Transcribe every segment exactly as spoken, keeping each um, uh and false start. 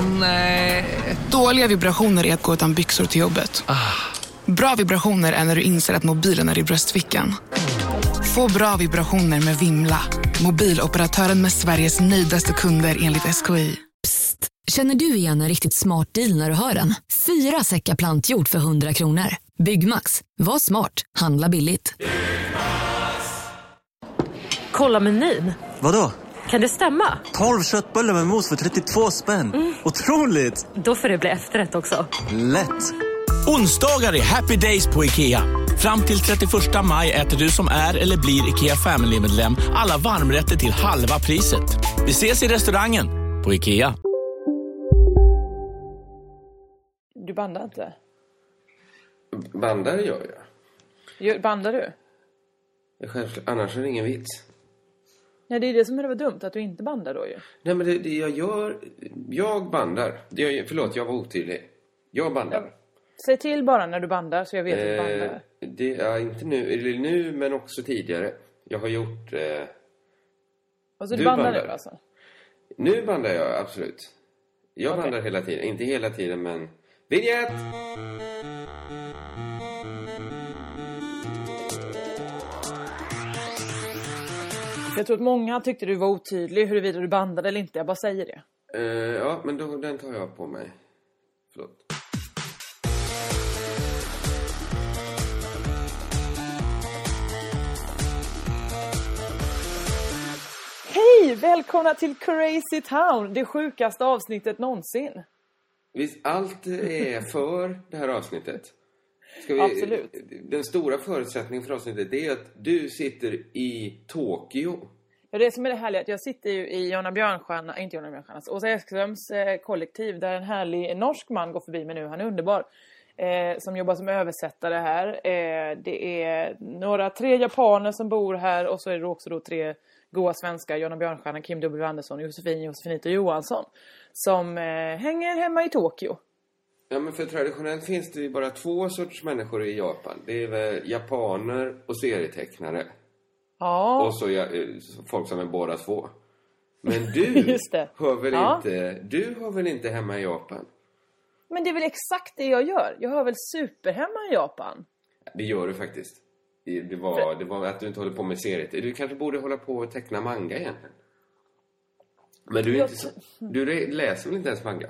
Nej. Dåliga vibrationer är att gå utan byxor till jobbet. Ah. Bra vibrationer är när du inser att mobilen är i bröstfickan. Få bra vibrationer med Vimla. Mobiloperatören med Sveriges nöjdaste kunder enligt S K I. Psst, känner du igen en riktigt smart deal när du hör den? Fyra säckar plantjord för hundra kronor. Byggmax, var smart, handla billigt. Kolla menyn. Vadå? Kan det stämma? tolv köttbullar med mos för trettiotvå spänn. Mm. Otroligt! Då får det bli efterrätt också. Lätt! Onsdagar är happy days på IKEA. Fram till trettioförsta maj äter du som är eller blir IKEA Family-medlem alla varmrätter till halva priset. Vi ses i restaurangen på IKEA. Du bandar inte? Bandar gör jag. Gör, bandar du? jag självklart, annars är det ingen vits. Ja, det är det som är det dumt, att du inte bandar då ju. Nej, men det, det jag gör... Jag bandar. Det jag, förlåt, jag var otydlig. Jag bandar. Ja. Säg till bara när du bandar så jag vet eh, att du bandar. Det är inte nu, eller nu men också tidigare. Jag har gjort... Eh, alltså du, du bandar, bandar nu alltså? Nu bandar jag, absolut. Jag okay. bandar hela tiden. Inte hela tiden, men... Vignett! Jag tror att många tyckte du var otydlig huruvida du bandade eller inte. Jag bara säger det. Uh, ja, men då, den tar jag på mig. Förlåt. Hej! Välkomna till Crazy Town. Det sjukaste avsnittet någonsin. Visst, allt är för det här avsnittet. Ska vi, absolut. Den stora förutsättningen för avsnittet är att du sitter i Tokyo. Ja, det som är det härliga att jag sitter ju i Jonna Björnstjärna, inte Jonna Björnstjärna, Åsa Ekströms eh, kollektiv där en härlig norsk man går förbi mig nu, han är underbar, eh, som jobbar som översättare här. Eh, det är några, tre japaner som bor här och så är det också då tre goa svenskar, Jonna Björnstjärna, Kim W. Andersson, Josefin, Josefinito Johansson, som eh, hänger hemma i Tokyo. Ja, men för traditionellt finns det ju bara två sorts människor i Japan. Det är väl japaner och serietecknare. Ja. Och så ja, folk som är båda två. Men du Just det. hör väl ja. inte du hör väl inte hemma i Japan? Men det är väl exakt det jag gör. Jag hör väl superhemma i Japan. Det gör du faktiskt. Det, det, var, det var att du inte håller på med serier. Du kanske borde hålla på och teckna manga egentligen. Men du, är inte så, du läser väl inte ens manga?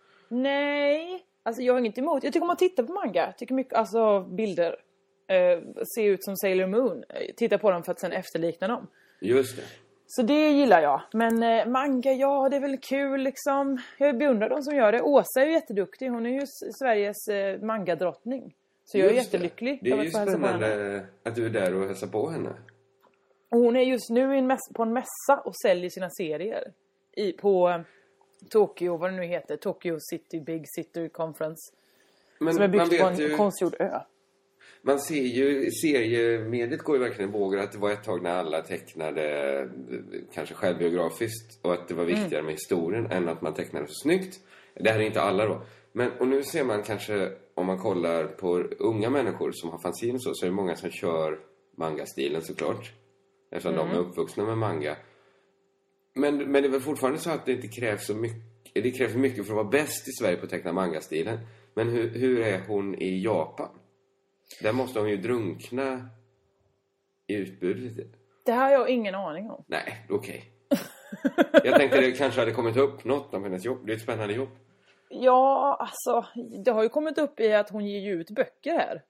Nej. Alltså jag har inget emot. Jag tycker om att titta på manga. Jag tycker mycket, alltså bilder. Eh, se ut som Sailor Moon. Titta på dem för att sen efterlikna dem. Just det. Så det gillar jag. Men eh, manga, ja det är väl kul liksom. Jag beundrar de som gör det. Åsa är ju jätteduktig. Hon är ju Sveriges eh, manga-drottning. Så jag är just jättelycklig. Det, det är ju spännande att du är där och hälsar på henne. Och hon är just nu i en mäss- på en mässa och säljer sina serier. I, på eh, Tokyo, vad det nu heter. Tokyo City Big City Conference. Men som är byggt på en ju... konstgjord ö. Man ser ju, seriemediet går ju verkligen i vågor att det var ett tag när alla tecknade kanske självbiografiskt och att det var viktigare mm. med historien än att man tecknade så snyggt. Det här är inte alla då. Men, och nu ser man kanske, om man kollar på unga människor som har fanzine och så, så är det många som kör manga-stilen såklart. Eftersom mm. de är uppvuxna med manga. Men, men det är väl fortfarande så att det inte krävs så mycket, det krävs mycket för att vara bäst i Sverige på att teckna manga-stilen. Men hur, hur är hon i Japan? Där måste hon ju drunkna i utbudet lite. Det här har jag ingen aning om. Nej, okej. Okay. Jag tänkte det kanske hade kommit upp något om hennes jobb. Det är ett spännande jobb. Ja, alltså, det har ju kommit upp i att hon ger ut böcker här.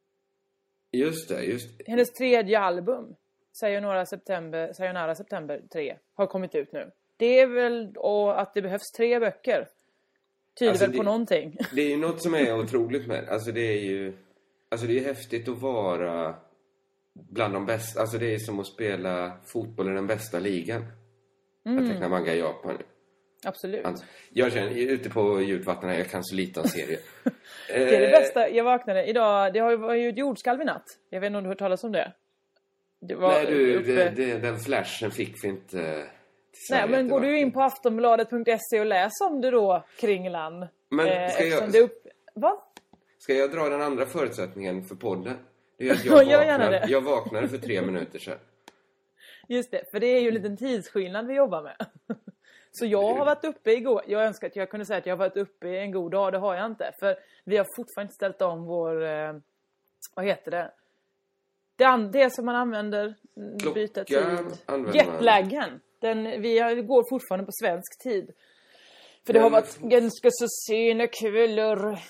Just det, just det. Hennes tredje album, Sayonara September, Sayonara September tre, har kommit ut nu. Det är väl och att det behövs tre böcker. Tyder alltså väl det, på någonting. Det är ju något som är otroligt med. Alltså det är ju... Alltså det är häftigt att vara bland de bästa. Alltså det är som att spela fotboll i den bästa ligan. Mm. Att teckna manga i Japan. Absolut. Alltså, jag känner, ute på djurvattnen, jag kan så lite om serier. Det är det bästa. Jag vaknade idag, det har ju ett jordskalv i natt. Jag vet inte om du har hört talas om det. det var Nej du, uppe... det, det, den flashen fick vi inte till Sverige. Nej, men går du in på aftonbladet punkt se och läs om det då, Kringland. Men ska jag... Det upp... Vad? Ska jag dra den andra förutsättningen för podden? Det är att jag, jag, vaknade, jag vaknade för tre minuter sedan. Just det, för det är ju en liten tidsskillnad vi jobbar med. Så jag har varit uppe i god... Jag önskar att jag kunde säga att jag har varit uppe i en god dag. Det har jag inte. För vi har fortfarande inte ställt om vår... Eh, vad heter det? Det, an- det som man använder... Klockan byta tid. använder Jetlaggen. Den, vi har, går fortfarande på svensk tid. För det har varit ganska så sena kvällar.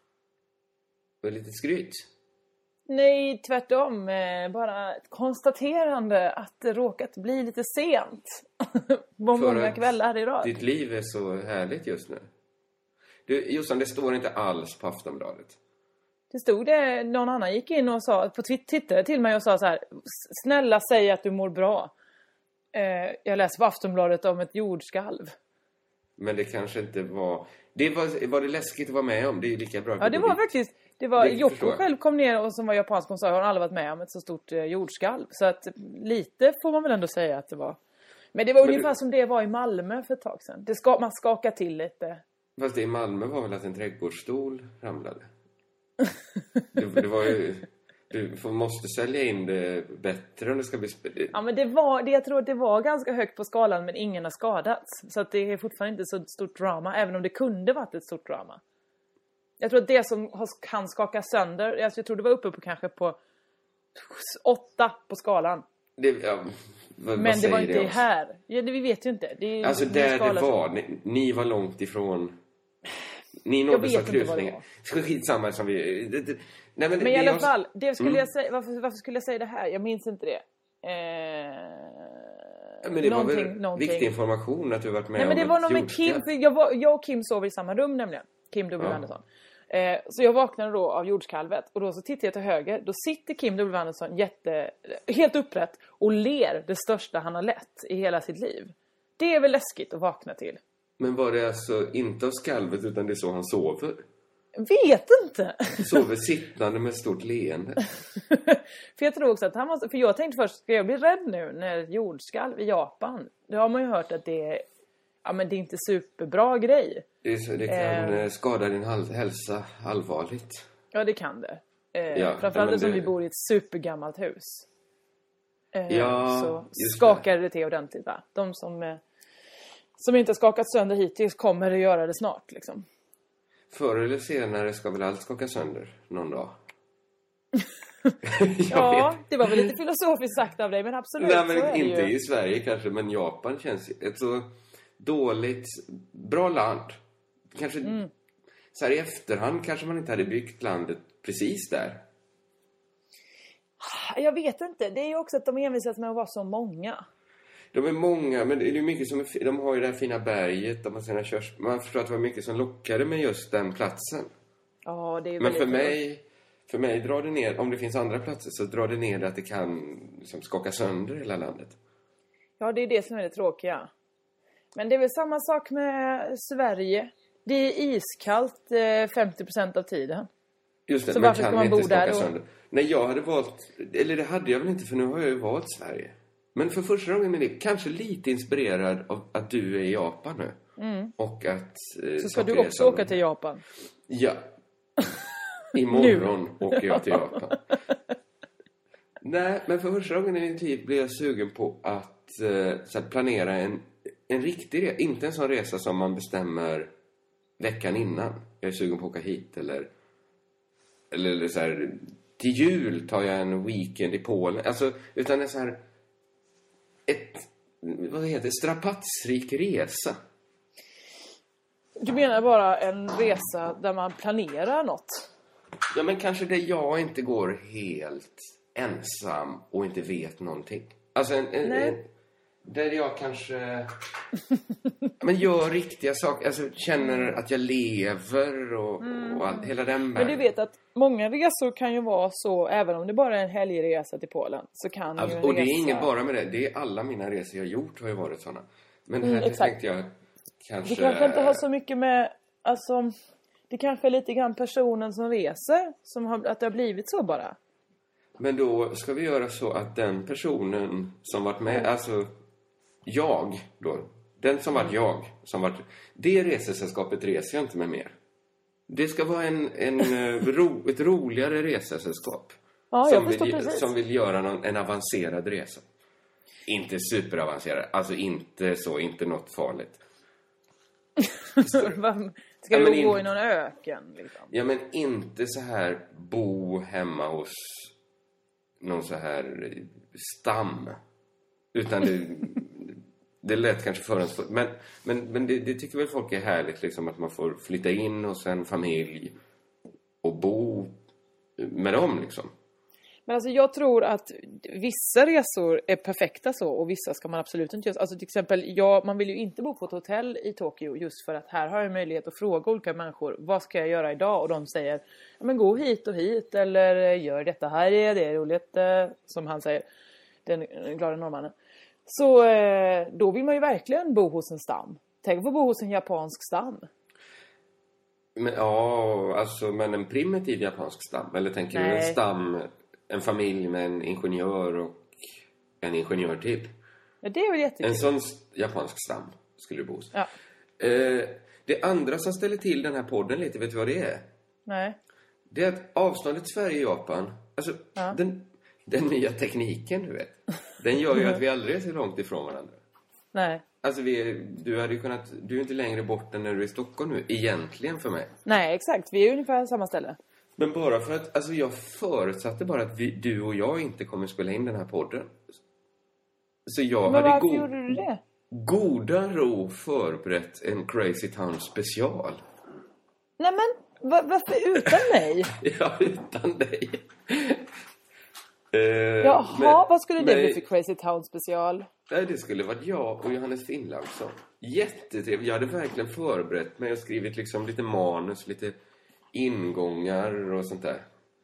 Och lite skryt. Nej, tvärtom. Eh, bara ett konstaterande att det råkat bli lite sent. På många kvällar i rad. Ditt liv är så härligt just nu. Du, Jossan, det står inte alls på Aftonbladet. Det stod det, någon annan gick in och sa, på Twitter tittade till mig och sa så här: snälla säg att du mår bra. Eh, jag läste på Aftonbladet om ett jordskalv. Men det kanske inte var... Det var, var det läskigt att vara med om? Det är ju lika bra. Ja, det var dit. faktiskt... Det var Det Jocko själv kom ner och som var japansk och sa jag har aldrig varit med om ett så stort eh, jordskalv. Så att lite får man väl ändå säga att det var. Men det var Men ungefär du... som det var i Malmö för ett tag sedan. Det ska, man skakar till lite. Fast det i Malmö var väl att en trädgårdsstol ramlade. det, det var ju... Du får, måste sälja in det bättre om det ska bli... Sp- Ja, men det var, det, jag tror att det var ganska högt på skalan men ingen har skadats. Så att det är fortfarande inte så stort drama, även om det kunde varit ett stort drama. Jag tror att det som kan skaka sönder, alltså jag tror det var uppe på kanske på åtta på skalan. Det, ja, vad, men vad det var säger inte det oss? här. Ja, det, vi vet ju inte. Det är, Alltså det är där det var, som... ni, ni var långt ifrån... Ni Jag nåddes av vet inte vad det krusningar. var. Skitsamma som vi... Det, det, nej, men det, Men i det alla jag- fall, det skulle Mm. jag säga, varför, varför skulle jag säga det här? Jag minns inte det. Eh, Ja, men det var någonting, väl någonting. viktig information att du varit med Nej, men det om var ett nog med jordskalv. Kim, för jag, var, jag och Kim sov i samma rum nämligen. Kim W. Ja. Andersson. Eh, så jag vaknade då av jordskalvet och då så tittar jag till höger. Då sitter Kim W. Andersson jätte, helt upprätt och ler det största han har lett i hela sitt liv. Det är väl läskigt att vakna till. Men var det alltså inte av skalvet utan det är så han sover? Vet inte. Sover sittande med stort leende. För jag tror också att han måste, för jag tänkte först, ska jag bli rädd nu när jordskalv i Japan? Det har man ju hört att det är, ja men det är inte superbra grej. Det, är så, det kan Eh. eh, skada din hal- hälsa allvarligt. Ja, det kan det. Eh, Ja, framförallt ja, men som det- vi bor i ett supergammalt hus. Eh, Ja, så just skakar det till ordentligt, va? De som, eh, som inte skakat sönder hittills kommer att göra det snart, liksom. Förr eller senare ska väl allt skaka sönder någon dag. Ja, det var väl lite filosofiskt sagt av dig, men absolut. Nej, så är men det inte ju. i Sverige kanske, men Japan känns ju ett så dåligt, bra land. Kanske Mm. så här i efterhand kanske man inte hade byggt landet precis där. Jag vet inte. Det är ju också att de envisas med att vara så många. De är många, men det är ju mycket som är, fi- de har ju det här fina berget, de har sina körs... Man förstår att det var mycket som lockade med just den platsen. Ja, det är Men väldigt för mig, för mig drar det ner, om det finns andra platser så drar det ner att det kan liksom skaka sönder hela landet. Ja, det är det som är det tråkiga. Men det är väl samma sak med Sverige. Det är iskallt eh, femtio procent av tiden. Just det, Så man varför ska kan man inte bo där skaka då? sönder. Nej, jag hade valt, eller det hade jag väl inte för nu har jag ju valt Sverige. Men för första gången med det, kanske lite inspirerad av att du är i Japan nu. Mm. Och att... Eh, Så ska du saker är också som- åka till Japan. Ja. Imorgon åker jag till Japan. Nej, men för första gången i mitt liv blev jag sugen på att eh, så här, planera en, en riktig resa. Inte en sån resa som man bestämmer veckan innan. Jag är sugen på att åka hit. Eller, eller, eller så här, till jul tar jag en weekend i Polen. Alltså, utan en så här... Ett, vad heter det? Strapatsrik resa. Du menar bara en resa där man planerar något? Ja, men kanske där jag inte går helt ensam och inte vet någonting. Alltså en, en, Nej. en där jag kanske men gör riktiga saker, alltså känner att jag lever och, och all, hela den Men du vet att många resor kan ju vara så, även om det bara är en helgresa till Polen, så kan alltså, ju en och det är resa... inget bara med det, det är alla mina resor jag gjort har ju varit sådana. Men Mm, här exakt. tänkte jag kanske... Det kanske inte har så mycket med, alltså, det kanske är lite grann personen som reser, som har, att det har blivit så bara. Men då ska vi göra så att den personen som varit med, alltså jag då, den som varit jag, som varit, det resesällskapet reser jag inte med mer. Det ska vara en, en eh, ro, ett roligare resesällskap. Ja, jag som, förstår vill, precis. som vill göra någon, en avancerad resa. Inte superavancerad, alltså inte så, inte något farligt. Ska Ja, du men gå in- i någon öken liksom? Ja, men inte så här bo hemma hos någon så här stam. Utan det, det lät kanske förhandsfullt. Men, men, men det, det tycker väl folk är härligt liksom, att man får flytta in hos en familj och bo med dem liksom. Men alltså jag tror att vissa resor är perfekta så och vissa ska man absolut inte göra. Alltså till exempel, jag, man vill ju inte bo på ett hotell i Tokyo just för att här har jag möjlighet att fråga olika människor, vad ska jag göra idag? Och de säger, ja men gå hit och hit eller gör detta här, det är roligt, som han säger, den glada norrmannen. Så eh, då vill man ju verkligen bo hos en stam. Tänk att få bo hos en japansk stam. Men, ja, alltså, men en primitiv japansk stam. Eller tänker Nej. du en stam, en familj med en ingenjör och en ingenjör typ? Ja, det är väl jättekul. En sån s- japansk stam skulle du bo hos. Ja. Eh, det andra som ställer till den här podden lite, vet du vad det är? Nej. Det är att avståndet Sverige-Japan, alltså Ja. den, den nya tekniken, du vet. Den gör ju att vi aldrig är så långt ifrån varandra. Nej. Alltså vi är, du hade ju kunnat, du är inte längre bort än när du är i Stockholm nu, egentligen för mig. Nej, exakt. Vi är ungefär samma ställe. Men bara för att, alltså jag förutsatte bara att vi, du och jag inte kommer spela in den här podden. Så jag Men hade varför go- gjorde du det? goda ro förberett en Crazy Town special. Nej men, va- varför utan mig? Ja, utan dig. Eh, Jaha, men- vad skulle det men- bli för Crazy Town special? Nej, det skulle varit jag och Johannes Finnlaugsson. Jättetrevligt. Jag hade verkligen förberett mig och skrivit liksom lite manus, lite ingångar och sånt där.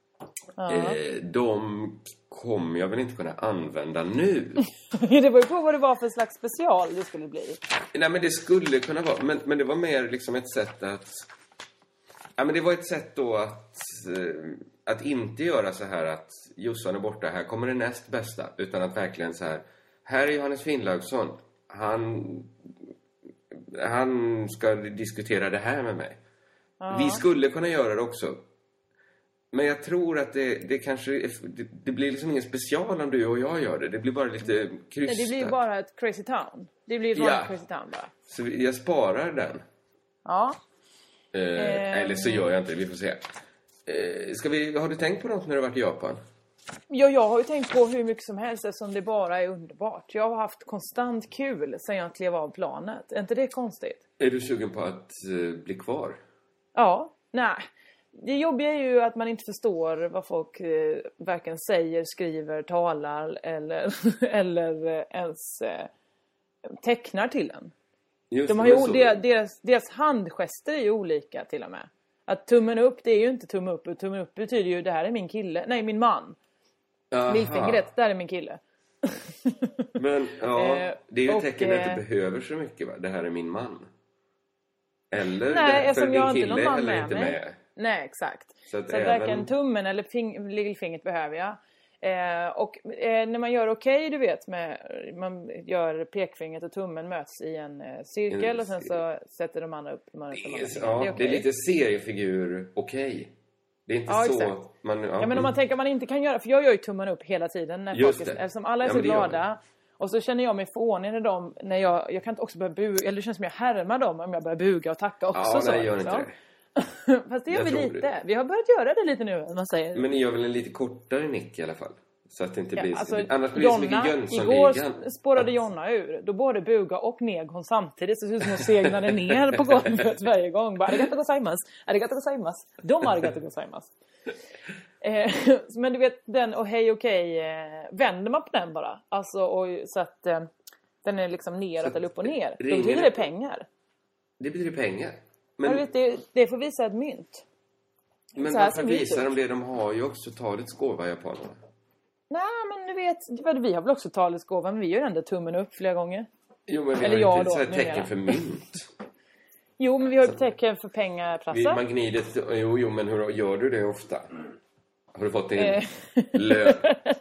Eh, de kommer jag väl inte kunna använda nu. Det var ju på vad det var för slags special det skulle bli. Nej, men det skulle kunna vara. Men, men det var mer liksom ett sätt att... Ja, men det var ett sätt då att... Eh, att inte göra så här att Jossan är borta, här kommer det näst bästa. Utan att verkligen så här... Här är Johannes Finnlaugsson. Han... Han ska diskutera det här med mig. Vi skulle kunna göra det också. Men jag tror att det, det kanske... Det, det blir liksom ingen special om du och jag gör det. Det blir bara lite krystat. Nej, det blir bara ett Crazy Town. Det blir ett Ja. vanligt Crazy Town bara. Så jag sparar den. Ja. Eh, Ehm. Eller så gör jag inte, vi får se. Eh, ska vi, har du tänkt på något när du varit i Japan? Ja, jag har ju tänkt på hur mycket som helst eftersom det bara är underbart. Jag har haft konstant kul sedan jag klev av planet. Är inte det konstigt? Är du sugen på att eh, bli kvar? Ja, nej. Det jobbiga är ju att man inte förstår vad folk eh, varken säger, skriver, talar eller, eller eh, ens eh, tecknar till en. Just De det, har ju, men så- deras, deras, deras handgester är ju olika till och med. Att tummen upp, det är ju inte tummen upp. Och tummen upp betyder ju, det här är min kille. Nej, min man. Aha. Lillfingret, där är min kille. Men ja, Eh, det är ju ett och, tecken att du eh, inte behöver så mycket, va? Det här är min man. Eller Nej, därför eftersom din jag har inte kille någon man eller med inte mig. med. Nej, exakt. Så Så att att, även- varken tummen eller fing- lillfingret behöver jag. Eh, och eh, när man gör okej, du vet, med, man gör pekfingret och tummen möts i en eh, cirkel En och sen så sätter de andra upp man Det upp de är, andra så- fingrarna. ja, Det är det är okej. lite seriefigur, okej. Det är inte Ja, så... exakt. Man, Ja, men om man tänker att man inte kan göra, för jag gör ju tummen upp hela tiden när Just folk är, det. eftersom alla är Ja, så men det gör glada. Och så känner jag mig fånig när de, när jag, jag kan inte också börja buga, eller det känns som jag härmar dem om jag börjar buga och tacka också. Ja, så, nej, gör inte liksom. det. Fast det gör Jag vi tror lite. det. Vi har börjat göra det lite nu, man säger. Men ni gör väl en lite kortare nick i alla fall? Så att det inte Ja, blir... alltså, annars blir det så mycket Jonna, Jönssonligan. igår spårade Jonna ur. Då både buga och neg hon samtidigt. Så det ser ut som hon segnade ner på golvet varje gång. Bara, arigato gozaimasu, arigato gozaimasu. De arigato gozaimasu. Eh, men du vet, den och hej okej, eh, vänder man på den bara. Alltså, och, så att eh, den är liksom neråt Så eller upp och ner. Då ringer betyder det- det pengar. Det betyder pengar. Men, Men, du vet, det, det får visa ett mynt. men så här varför ser det ut. visar de det? De har ju också talets gåva, japanerna. Nej, men du vet, vi har väl också talets gåva, men vi gör ändå tummen upp flera gånger. Jo, men vi Eller har jag inte då, så här tecken numera. för mynt. Jo, men vi har ju tecken för pengar, Vi, Prassa. man gnider... ett- Jo, jo, men hur gör du det ofta? Har du fått din Eh. lön?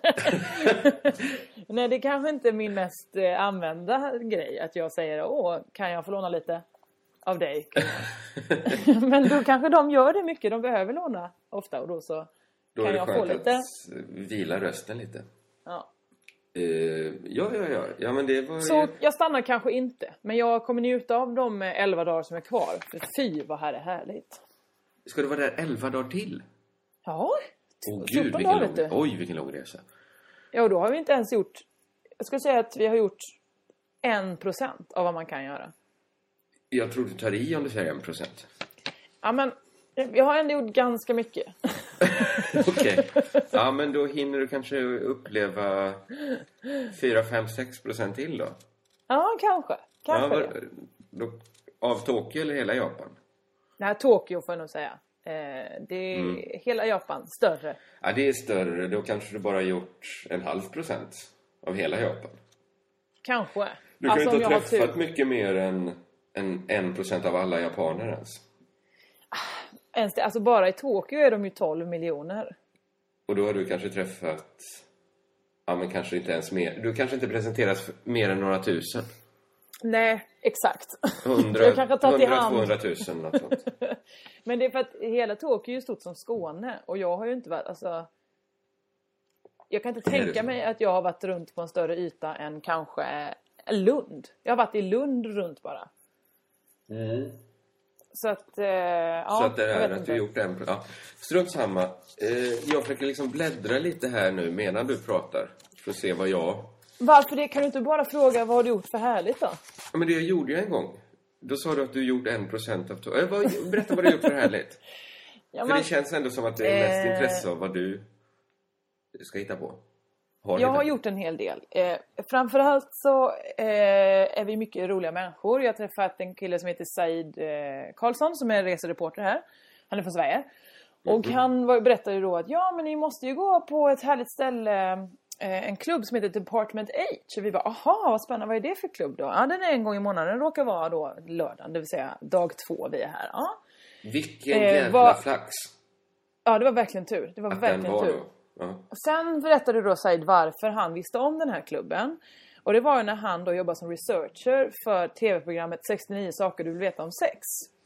Nej, det kanske inte är min mest eh, använda grej. Att jag säger, åh, kan jag få låna lite av dig? Men då kanske de gör det mycket. De behöver låna ofta. Och då så Då kan är det jag få skönt lite. att vila rösten lite. Ja. Uh, ja, ja, ja. ja men det var... Så jag stannar kanske inte. Men jag kommer njuta av de elva dagar som är kvar. För fy, vad här är härligt. Ska du vara där elva dagar till? Ja. Åh oh, gud, vilken dagar, lång, vet du. oj, vilken lång resa. Ja, och då har vi inte ens gjort... Jag skulle säga att vi har gjort en procent av vad man kan göra. Jag tror du tar i om du säger en procent. Ja, men jag har ändå gjort ganska mycket. Okej. Okay. Ja, men då hinner du kanske uppleva fyra, fem, sex procent till då? Ja, kanske. Kanske ja, var, då, av Tokyo eller hela Japan? Nej, Tokyo får jag nog säga. Eh, det är mm. hela Japan, större. Ja, det är större. Då kanske du bara har gjort en halv procent av hela Japan. Kanske. Du kan alltså, inte ha träffat mycket mer än en, en procent av alla japaner ens. Ens det, alltså bara i Tokyo är de ju tolv miljoner. Och då har du kanske träffat... Ja, men kanske inte ens mer. Du kanske inte presenteras för mer än några tusen. Nej, exakt. hundra, jag kanske tagit hundra i hand. tvåhundratusen något sånt. Men det är för att hela Tokyo är ju stort som Skåne. Och jag har ju inte varit... Alltså, jag kan inte tänka mig att jag har varit runt på en större yta än kanske Lund. Jag har varit i Lund runt bara. Mm. Så att, eh, ja, så att det är att inte. du gjort en... Ja. Strunt samma. Eh, jag försöker liksom bläddra lite här nu medan du pratar. För att se vad jag... Varför det? Kan du inte bara fråga vad har du gjort för härligt då? Ja, men det jag gjorde jag en gång. Då sa du att du gjorde en procent av... To- äh, vad, berätta vad du gjort för härligt. ja, för men, det känns ändå som att det är mest eh, intresse av vad du ska hitta på. Har jag har gjort en hel del. Eh, framförallt så eh, är vi mycket roliga människor. Jag har träffat en kille som heter Said eh, Karlsson som är resereporter här. Han är från Sverige. Och mm-hmm. han var, berättade ju då att ja, men ni måste ju gå på ett härligt ställe, eh, en klubb som heter Department H. Och vi var, aha, vad spännande, vad är det för klubb då? Ja, den är en gång i månaden, den råkar vara då lördagen, det vill säga dag två vi är här. Ja. Vilken eh, jävla var, flax. Ja, det var verkligen tur. Det var att verkligen var tur. Då. Uh-huh. Och sen berättade då Said varför han visste om den här klubben. Och det var ju när han då jobbade som researcher för tv-programmet sextionio saker du vill veta om sex.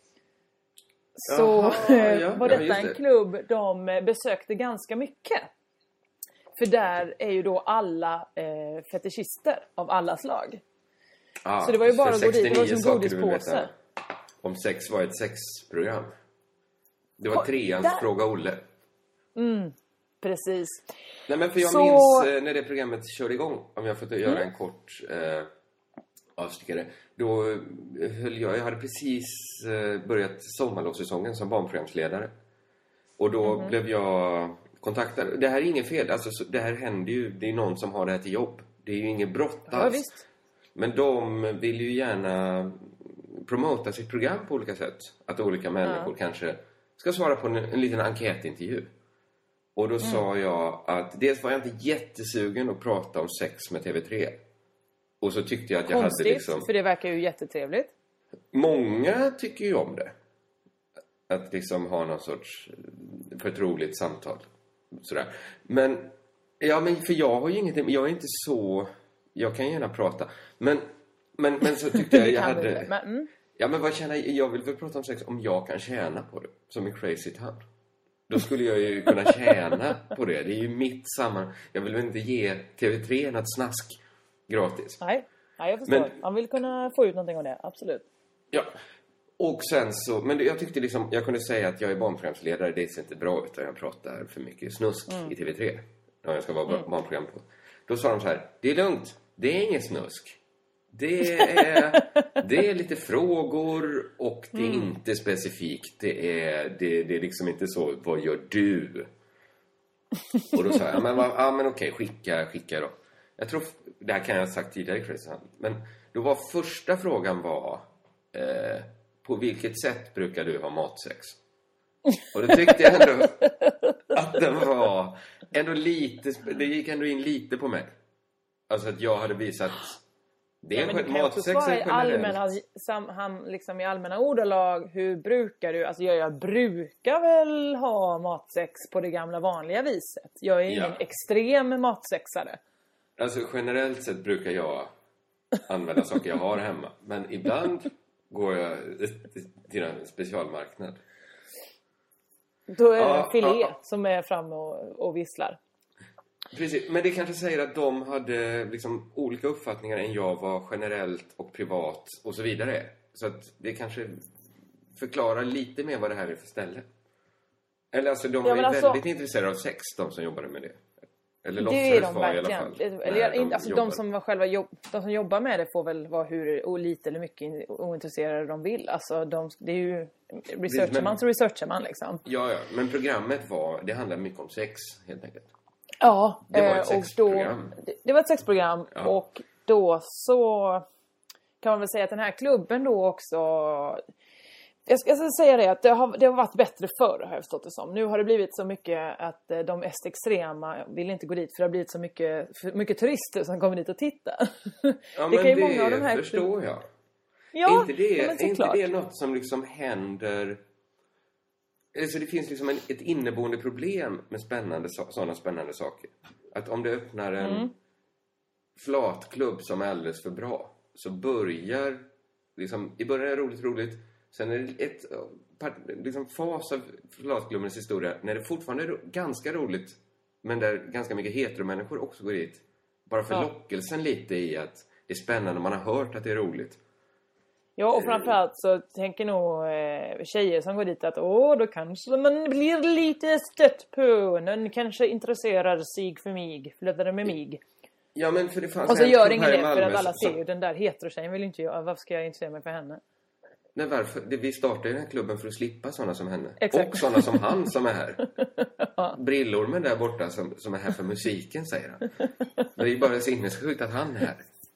Så Jaha, ja, var ja, detta en det. klubb de besökte ganska mycket. För där är ju då alla eh, fetischister av alla slag. Ah, så det var ju bara att gå dit, det var som godispåse. Om sex var ett sexprogram. Det var treans där. Fråga Olle. Mm. Precis. Nej, men för jag så... minns eh, när det programmet körde igång, om jag får göra mm. en kort eh, avstickare. Då höll jag, jag hade precis eh, börjat sommarlovssäsongen som barnprogramsledare. Och då mm. blev jag kontaktad. Det här är inget fel, alltså, så, det här händer ju, det är någon som har det här till jobb. Det är ju inget brott ja, alls. Visst. Men de vill ju gärna promota sitt program på olika sätt. Att olika människor ja. kanske ska svara på en, en liten enkätintervju. Och då mm. sa jag att dels var jag inte jättesugen att prata om sex med T V tre. Och så tyckte jag att jag Konstigt, hade liksom... för det verkar ju jättetrevligt. Många tycker ju om det. Att liksom ha någon sorts förtroligt samtal. Sådär. Men, ja men för jag har ju ingenting... Jag är inte så... Jag kan gärna prata. Men, men, men så tyckte jag jag hade... Men, mm. Ja men vad känner jag? Jag vill väl prata om sex om jag kan tjäna på det. Som en crazy town. Då skulle jag ju kunna tjäna på det. Det är ju mitt samman. Jag vill väl inte ge T V tre något snask gratis. Nej, Nej jag förstår. Men, man vill kunna få ut någonting av det, absolut. Ja, och sen så... Men jag tyckte liksom... Jag kunde säga att jag är barnprogramsledare. Det ser inte bra ut. Jag pratar för mycket snusk mm. i T V tre. När jag ska vara mm. barnprogram på. Då sa de så här. Det är lugnt. Det är ingen snusk. Det är, det är lite frågor och det är mm. inte specifikt. Det är, det, det är liksom inte så, vad gör du? Och då sa jag, men, ja, men okej, skicka, skicka då. Jag tror, det här kan jag ha sagt tidigare i Crazy Town. Men då var första frågan var, eh, på vilket sätt brukar du ha matsex? Och då tyckte jag ändå att den var ändå lite, det gick ändå in lite på mig. Alltså att jag hade visat... Det är ja, men matsex är i allmänna, sam, han, liksom i allmänna ordalag. Hur brukar du? Alltså jag, jag brukar väl ha matsex på det gamla vanliga viset. Jag är ingen ja. extrem matsexare. Alltså generellt sett brukar jag använda saker jag har hemma. Men ibland går jag till en specialmarknad. Då är det ja, filé ja. som är framme och, och visslar. Precis, men det kanske säger att de hade liksom olika uppfattningar än jag var generellt och privat och så vidare. Så att det kanske förklarar lite mer vad det här är för ställe. Eller alltså, de ja, är alltså, väldigt intresserade av sex, de som jobbade med det. Eller det är de var i alla verkligen. fall. Eller, Nej, de, alltså, de, som var själva jobb, de som jobbar med det får väl vara hur lite eller mycket ointresserade de vill. Alltså, de, det är ju researchar man så researchar man liksom. Ja, ja, men programmet var, det handlade mycket om sex, helt enkelt. Ja, det var ett och sexprogram. Då, det, det var ett sexprogram ja. Och då så kan man väl säga att den här klubben då också... Jag ska säga det att det har, det har varit bättre förr, har jag förstått det som. Nu har det blivit så mycket att de mest extrema vill inte gå dit för det har blivit så mycket, mycket turister som kommer dit och tittar. Ja, det men kan ju det många av de här förstår jag. Ja, är inte det, ja, är inte det något som liksom händer... Alltså det finns liksom en, ett inneboende problem med spännande, sådana spännande saker. Att om det öppnar en mm. flatklubb som är alldeles för bra, så börjar liksom, i början är det roligt roligt, sen är det ett liksom, fas av flatklubbens historia när det fortfarande är ganska roligt, men där ganska mycket heteromänniskor också går dit, bara för ja. lockelsen lite i att det är spännande, man har hört att det är roligt. Ja, och framförallt så tänker nog eh, tjejer som går dit att åh, då kanske man blir lite stött på. Någon kanske intresserar sig för mig, flödar med mig. Ja, men för det fanns och så gör ingen det för att alla så... ser ju den där heterotjejen vill inte jag. Varför ska jag intressera mig för henne? Nej, varför? Det, vi startade den här klubben för att slippa sådana som henne. Exakt. Och sådana som han som är här. Ja. Brillormen där borta som, som är här för musiken, säger han. Men det är bara sinnessjukt att han är här.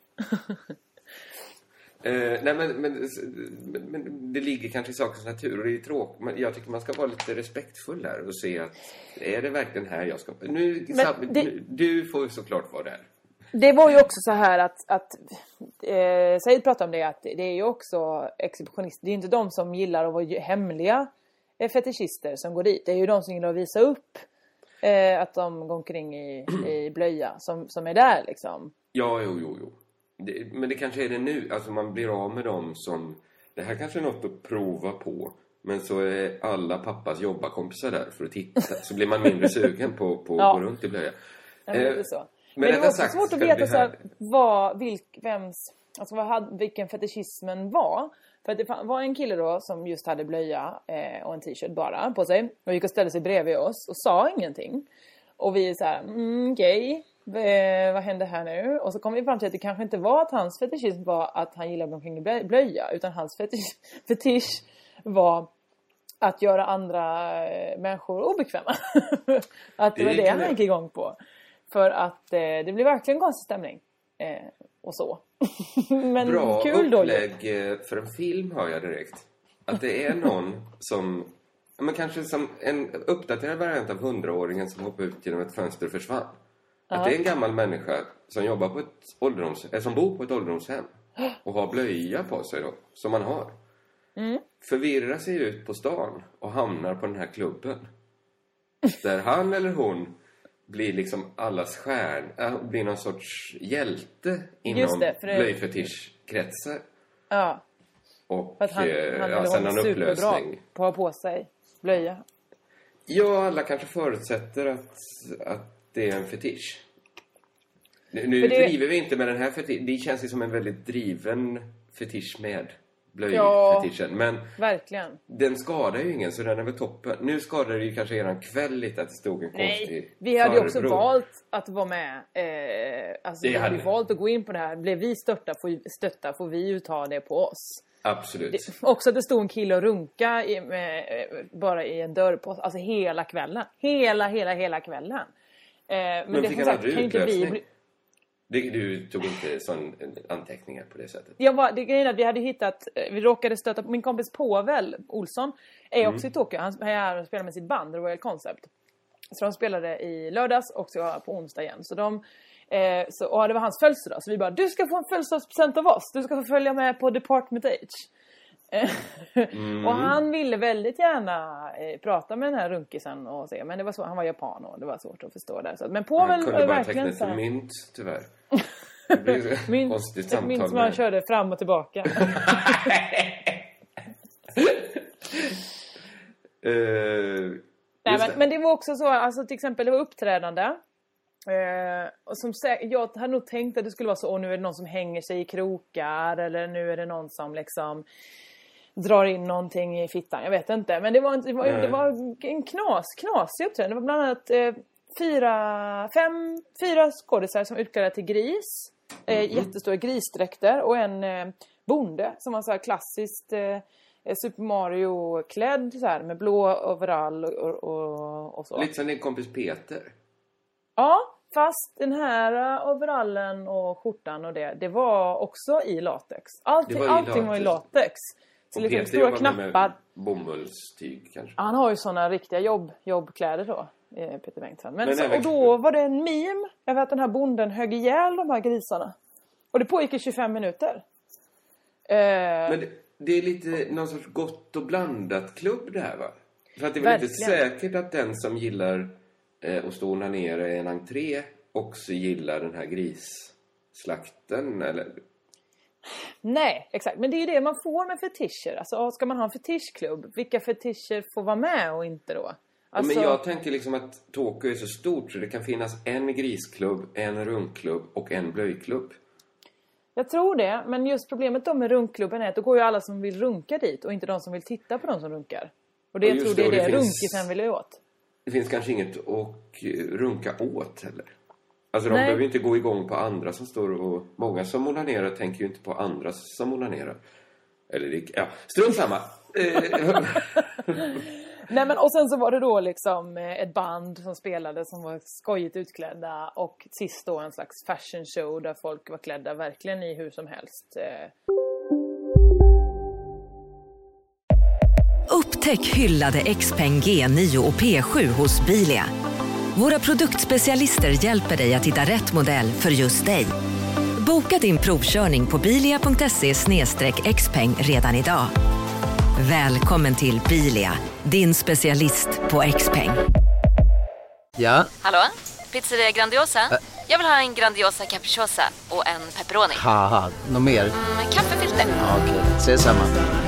Uh, nej men, men, men, men det ligger kanske i sakens natur och det är tråkigt, men jag tycker man ska vara lite respektfull här och se att är det verkligen här jag ska... Nu, Sab, det, nu du får ju såklart vara där. Det var ju också så här att, att eh, Said pratade om det, att det är ju också exhibitionister, det är ju inte de som gillar att vara hemliga fetischister som går dit, det är ju de som gillar att visa upp eh, att de går omkring i, i blöja som, som är där liksom. Ja, jo, jo, jo. Det, men det kanske är det nu. Alltså man blir av med dem som... Det här kanske är något att prova på. Men så är alla pappas jobbarkompisar där för att titta. Så blir man mindre sugen på, på ja. att gå runt i blöja. Ja, men, det är så. Men, men det var också svårt att veta så här, vad, vilk, vems, alltså vad hade, vilken fetischismen var. För att det var en kille då som just hade blöja eh, och en t-shirt bara på sig. Och gick och ställde sig bredvid oss och sa ingenting. Och vi så här, mm, okej. Okay. Eh, vad hände här nu? Och så kom vi fram till att det kanske inte var att hans fetischism var att han gillade omkring blöja, utan hans fetisch, fetisch var att göra andra eh, människor obekväma. Att det, det var det han gick igång på. För att eh, det blev verkligen konstig stämning. Eh, och så. Men bra kul då. Upplägg för en film hör jag direkt. Att det är någon som... Men kanske som en uppdaterad variant av hundraåringen som hoppade ut genom ett fönster och försvann. Att det är en gammal människa som jobbar på ett ålderdoms, äh, som bor på ett ålderdomshem och har blöja på sig då, som man har. Mm. Förvirrar sig ut på stan och hamnar på den här klubben. Där han eller hon blir liksom allas stjärn, äh, blir någon sorts hjälte inom det, blöjfetischkretsar. Ja. Och för att han, han ja, sen en upplösning. På att ha på sig blöja. Ja, alla kanske förutsätter att, att det är en fetisch. Nu det... driver vi inte med den här fetischen. Det känns ju som en väldigt driven fetisch med blöjfetischen. Ja, men verkligen. Den skadar ju ingen, så den är väl toppen. Nu skadar det ju kanske eran kväll lite att det stod en Nej, konstig vi hade ju också farbror. valt att vara med. Eh, alltså det vi hade vi valt att gå in på det här. Blev vi stötta får, stötta, får vi ju ta det på oss. Absolut. Det, också att det stod en kille och runka i, med, bara i en dörr på, alltså hela kvällen. Hela, hela, hela kvällen. Eh, men, men det fick han aldrig utlösning? Bli... Det, du tog inte sån anteckningar på det sättet? Jag var, det grejen är att vi hade hittat, vi råkade stöta på min kompis Povel Olsson. Är mm. också i Tokyo, han är här och spelar med sitt band Royal Concept. Så de spelade i lördags och så på onsdag igen. Så de, eh, så, och det var hans födelsedag. Så vi bara, du ska få en födelsedagspresent av oss. Du ska få följa med på Department H. Mm. Och han ville väldigt gärna eh, prata med den här runkisen och se, men det var så, han var japan och det var svårt att förstå det. Så, men Povel han kunde bara verkligen teckna ett mynt, tyvärr. Det blir så mynt, konstigt samtal. Mynt som han körde fram och tillbaka. uh, Nej, men, men det var också så, alltså till exempel det var uppträdande Eh, och som säkert, jag hade nog tänkt att det skulle vara så, åh, nu är det någon som hänger sig i krokar, eller nu är det någon som liksom drar in någonting i fittan, jag vet inte. Men det var, det var, det var en knas, knasig uppträdande. Det var bland annat eh, fyra, fem, fyra skådisar som utklädda till gris. Eh, mm. Jättestora grisdräkter och en eh, bonde som var så här klassiskt eh, Super Mario-klädd så här, med blå overall och, och, och så. Lite som din kompis Peter. Ja, fast den här overallen och skjortan och det, det var också i latex. Allting, var i allting latex. var i latex. Så liksom Peter stora knappar. Bomullstyg kanske. Han har ju såna riktiga jobb, jobbkläder då, Peter Bengtsson. Men, Men så, och då var det en meme. Jag vet att den här bonden högg ihjäl de här grisarna. Och det pågick i tjugofem minuter. Eh, Men det, det är lite någon sorts gott och blandat klubb det här, va? För att det är väl inte säkert att den som gillar eh, att stå nere i en entré också gillar den här grisslakten, eller? Nej, exakt. Men det är ju det man får med fetischer. Alltså, ska man ha en fetischklubb? Vilka fetischer får vara med och inte då? Alltså... Ja, men jag tänker liksom att Tokyo är så stort så det kan finnas en grisklubb, en runkklubb och en blöjklubb. Jag tror det, men just problemet då med runkklubben är att då går ju alla som vill runka dit och inte de som vill titta på de som runkar. Och det, och jag tror det är det, det runkisen vill åt. Det finns kanske inget att runka åt heller. Alltså de Nej. behöver inte gå igång på andra som står och... Många som onanerar tänker ju inte på andra som onanerar. Eller det... Ja, strunt samma. Nej, men och sen så var det då liksom ett band som spelade som var skojigt utklädda. Och sist då en slags fashion show där folk var klädda verkligen i hur som helst. Upptäck hyllade Xpeng G nio och P sju hos Bilia. Våra produktspecialister hjälper dig att hitta rätt modell för just dig. Boka din provkörning på bilia punkt se slash xpeng redan idag. Välkommen till Bilia, din specialist på Xpeng. Ja? Hallå? Pizzeria Grandiosa? Ä Jag vill ha en Grandiosa capriciosa och en pepperoni. Haha, något mer? Mm, kaffefilter. Ja, okej, okay. Ses samma.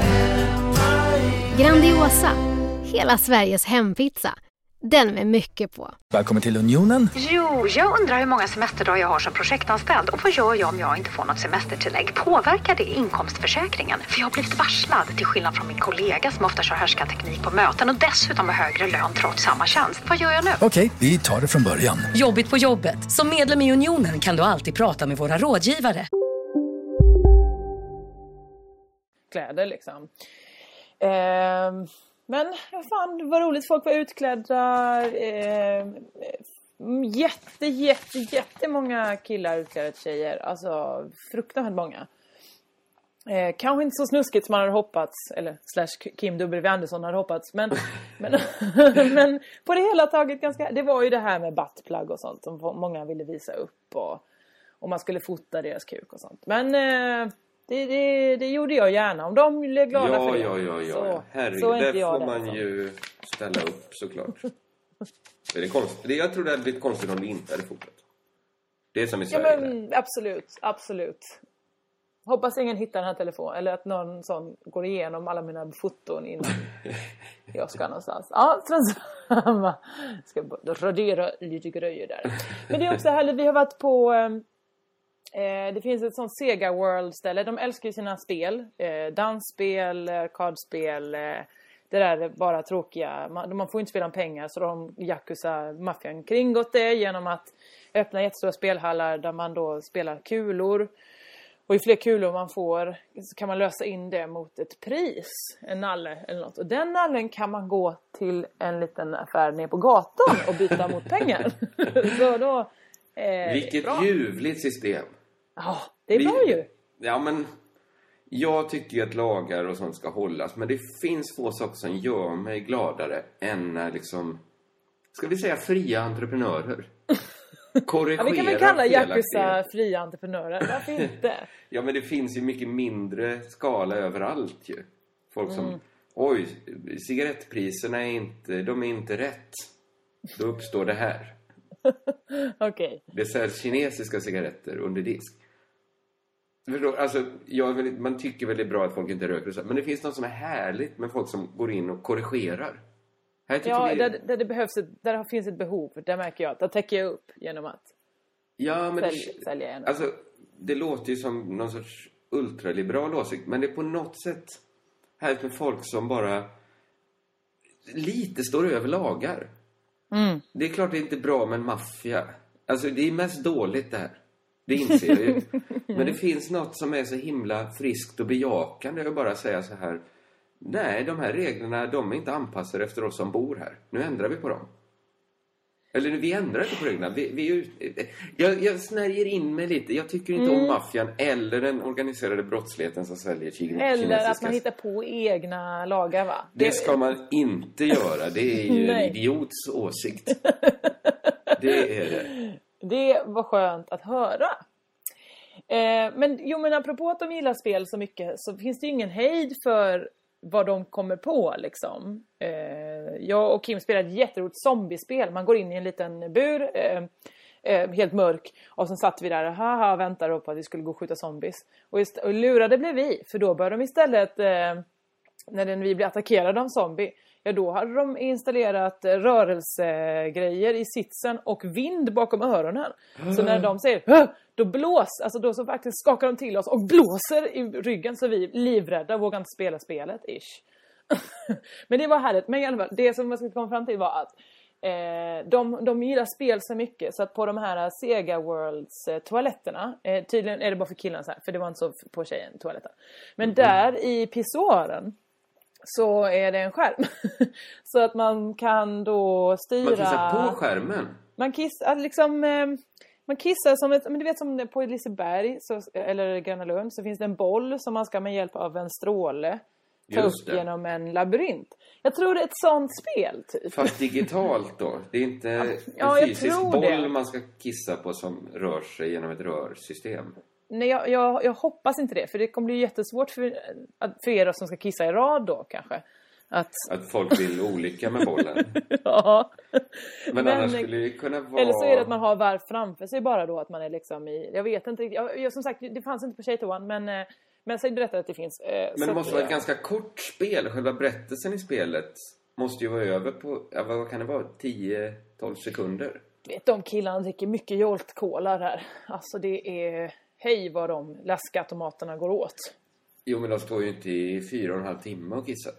Grandiosa, hela Sveriges hempizza. Den med mycket på. Välkommen till Unionen. Jo, jag undrar hur många semesterdagar jag har som projektanställd. Och vad gör jag om jag inte får något semestertillägg? Påverkar det inkomstförsäkringen? För jag har blivit varslad, till skillnad från min kollega som ofta kör härskarteknik på möten. Och dessutom har högre lön trots samma tjänst. Vad gör jag nu? Okej, vi tar det från början. Jobbigt på jobbet. Som medlem i Unionen kan du alltid prata med våra rådgivare. Kläder liksom. Ehm... Men ja, fan, vad roligt. Folk var utklädda. Eh, jätte, jätte, jättemånga killar utklädda till tjejer. Alltså fruktansvärt många. Eh, kanske inte så snuskigt som man hade hoppats. Eller slash Kim W. Andersson hade hoppats. Men, men, men på det hela taget ganska... Det var ju det här med buttplug och sånt som många ville visa upp. Och, och man skulle fota deras kuk och sånt. Men... Eh, Det, det, det gjorde jag gärna. Om de blev glada ja, för det. Ja, ja, ja. Så, Herregud, så där får det, man så. ju ställa upp såklart. Det är konstigt. Jag tror det hade blivit konstigt om det inte hade fotat. Det är som i Sverige. Ja, men, absolut, absolut. Hoppas ingen hittar den här telefonen. Eller att någon sån går igenom alla mina foton innan jag ska någonstans. Ja, samma. Ska radera lite grejer där. Men det är också härligt. Vi har varit på... Eh, det finns ett sånt Sega World-ställe. De älskar ju sina spel. Eh, dansspel, arkadspel. Eh, det där är bara tråkiga. Man, man får inte spela om pengar. Så de Yakuza-maffian kringgått det genom att öppna jättestora spelhallar där man då spelar kulor. Och ju fler kulor man får så kan man lösa in det mot ett pris. En nalle eller något. Och den nallen kan man gå till en liten affär ner på gatan och byta mot pengar. Så då... Eh, Vilket bra. ljuvligt system. Ja, det är bra ju. Ja, men jag tycker ju att lagar och sånt ska hållas. Men det finns få saker som gör mig gladare än när liksom, ska vi säga, fria entreprenörer korrigerar. Ja, vi kan väl kalla Yakuza fria entreprenörer. Varför inte? Ja, men det finns ju mycket mindre skala överallt ju. Folk som, mm. oj, cigarettpriserna är inte, de är inte rätt. Då uppstår det här. Okay. Det säljs kinesiska cigaretter under disk. Alltså, jag vill, man tycker väl det är bra att folk inte röker. Men det finns något som är härligt med folk som går in och korrigerar. Här tycker Ja, vi... där, där, det behövs ett, där finns ett behov. Där märker jag att där täcker jag upp genom att ja, men sälja, det, sälja en. alltså, det låter ju som någon sorts ultraliberal åsikt. Men det är på något sätt här med folk som bara lite står över lagar. Mm. Det är klart det är inte bra med en maffia. Alltså det är mest dåligt det här. Det inser jag ju. Men det finns något som är så himla friskt och bejakande. Jag bara säga så här. Nej, de här reglerna, de är inte anpassade efter oss som bor här. Nu ändrar vi på dem. Eller vi ändrar inte på reglerna. Vi, vi, jag, jag snärjer in mig lite. Jag tycker inte mm. om maffian eller den organiserade brottsligheten som säljer kinesiska. Eller att man hittar på egna lagar, va? Det ska man inte göra. Det är ju en idiots åsikt. Det är det. Det var skönt att höra. Eh, men jo, men apropå att de gillar spel så mycket så finns det ju ingen hejd för vad de kommer på liksom. Eh, jag och Kim spelade ett jätteroligt zombiespel. Man går in i en liten bur, eh, eh, helt mörk. Och sen satt vi där och haha, väntade på att vi skulle gå och skjuta zombies. Och, ist- och lurade blev vi. För då började de istället, eh, när den, vi blev attackerade av zombie. Ja, då hade de installerat rörelsegrejer i sitsen och vind bakom öronen. Mm. Så när de säger, då blås, alltså då så faktiskt skakar de till oss och blåser i ryggen så vi livrädda vågar inte spela spelet, ish. Men det var härligt. Men i alla fall, det som jag skulle komma fram till var att eh, de, de gillar spel så mycket så att på de här Sega Worlds eh, toaletterna, eh, tydligen är det bara för killarna så här, för det var inte så på tjejen toaletten. Men mm. där i pissoaren så är det en skärm. Så att man kan då styra... Man kissar på skärmen? Man kissar liksom... Eh, man kissar som ett... Men du vet som på Liseberg så, eller Gröna Lund så finns det en boll som man ska med hjälp av en stråle ta upp genom en labyrint. Jag tror det är ett sånt spel typ. Fast digitalt då? Det är inte ja, en ja, fysisk boll det. Man ska kissa på som rör sig genom ett rörsystem. Nej, jag, jag, jag hoppas inte det. För det kommer bli jättesvårt för, för er som ska kissa i rad då kanske. Att, att folk vill olika med bollen. Ja. Men, Men annars skulle det kunna vara... Eller så är det att man har varv framför sig bara då. Att man är liksom i... Jag vet inte. Jag, jag, som sagt, det fanns inte på Tjejtoan. Men, men så berättar att det finns. Men det måste vara ett ganska kort spel. Själva berättelsen i spelet måste ju vara över på... Vad kan det vara? tio tolv sekunder. Vet de killarna dricker mycket Jolt-cola där. Alltså det är... Hej vad de läskautomaterna går åt. Jo, men de står ju inte i fyra och en halv timme och kissar.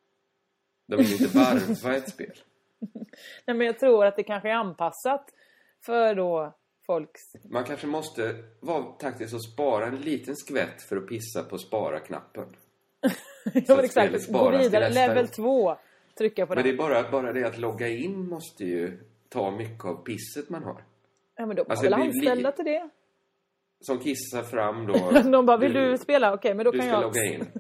De vill inte varva ett spel. Nej, men jag tror att det kanske är anpassat för då folks... Man kanske måste vara taktisk och spara en liten skvätt för att pissa på spara-knappen. Ja, men exakt. Gå vidare. Level två. Trycka på men den. Men det är bara, bara det att logga in måste ju ta mycket av pisset man har. Ja, men de har alltså, väl anställda li- till det? Som kissar fram då. De bara, vill du, du spela? Okej, men då kan jag... Du ska logga in.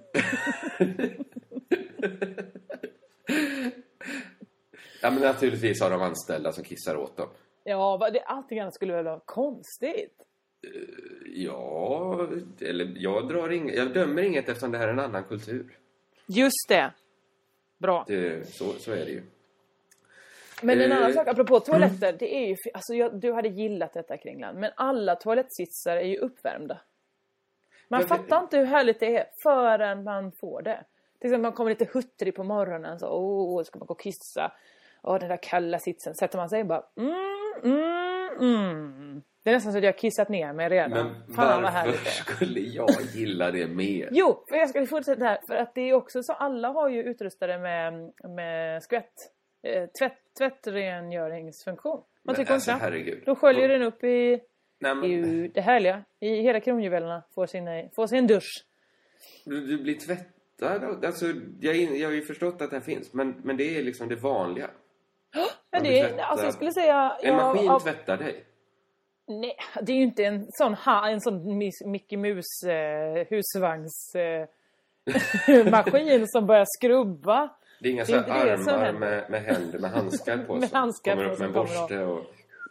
Ja, men naturligtvis har de anställda som kissar åt dem. Ja, det, allting annat skulle väl vara konstigt? Uh, ja, eller jag drar inget, jag dömer inget eftersom det här är en annan kultur. Just det. Bra. Det, så, så är det ju. Men en annan sak, apropå toaletter, mm. det är ju, alltså jag, du hade gillat detta Kringland, men alla toalettsitsar är ju uppvärmda. Man Varför? fattar inte hur härligt det är förrän man får det. Till exempel man kommer lite huttrig på morgonen, så åh, ska man gå och kissa. Åh, den där kalla sitsen, sätter man sig och bara, mm, mm, mm. Det är nästan så att jag har kissat ner mig redan. Men Fan, varför skulle jag gilla det mer? Jo, för jag ska fortsätta här, för att det är också så, alla har ju utrustade med, med skvätt. Tvätt, tvättrengöringsfunktion. Man tycker alltså, om det. Då sköljer den upp i, Nej, men... i det härliga. I hela kronjuvelerna får sin, får sin dusch. Du, du blir tvättad. Alltså, jag, jag har ju förstått att det här finns. Men, men det är liksom det vanliga. Men det är, alltså jag skulle säga... En jag, maskin av, tvättar dig. Nej, det är ju inte en sån, en sån Mickey Mus eh, husvagns eh, maskin som börjar skrubba. Det är inga så armar med, med händer med handskar på med handskar kommer upp med en borste och...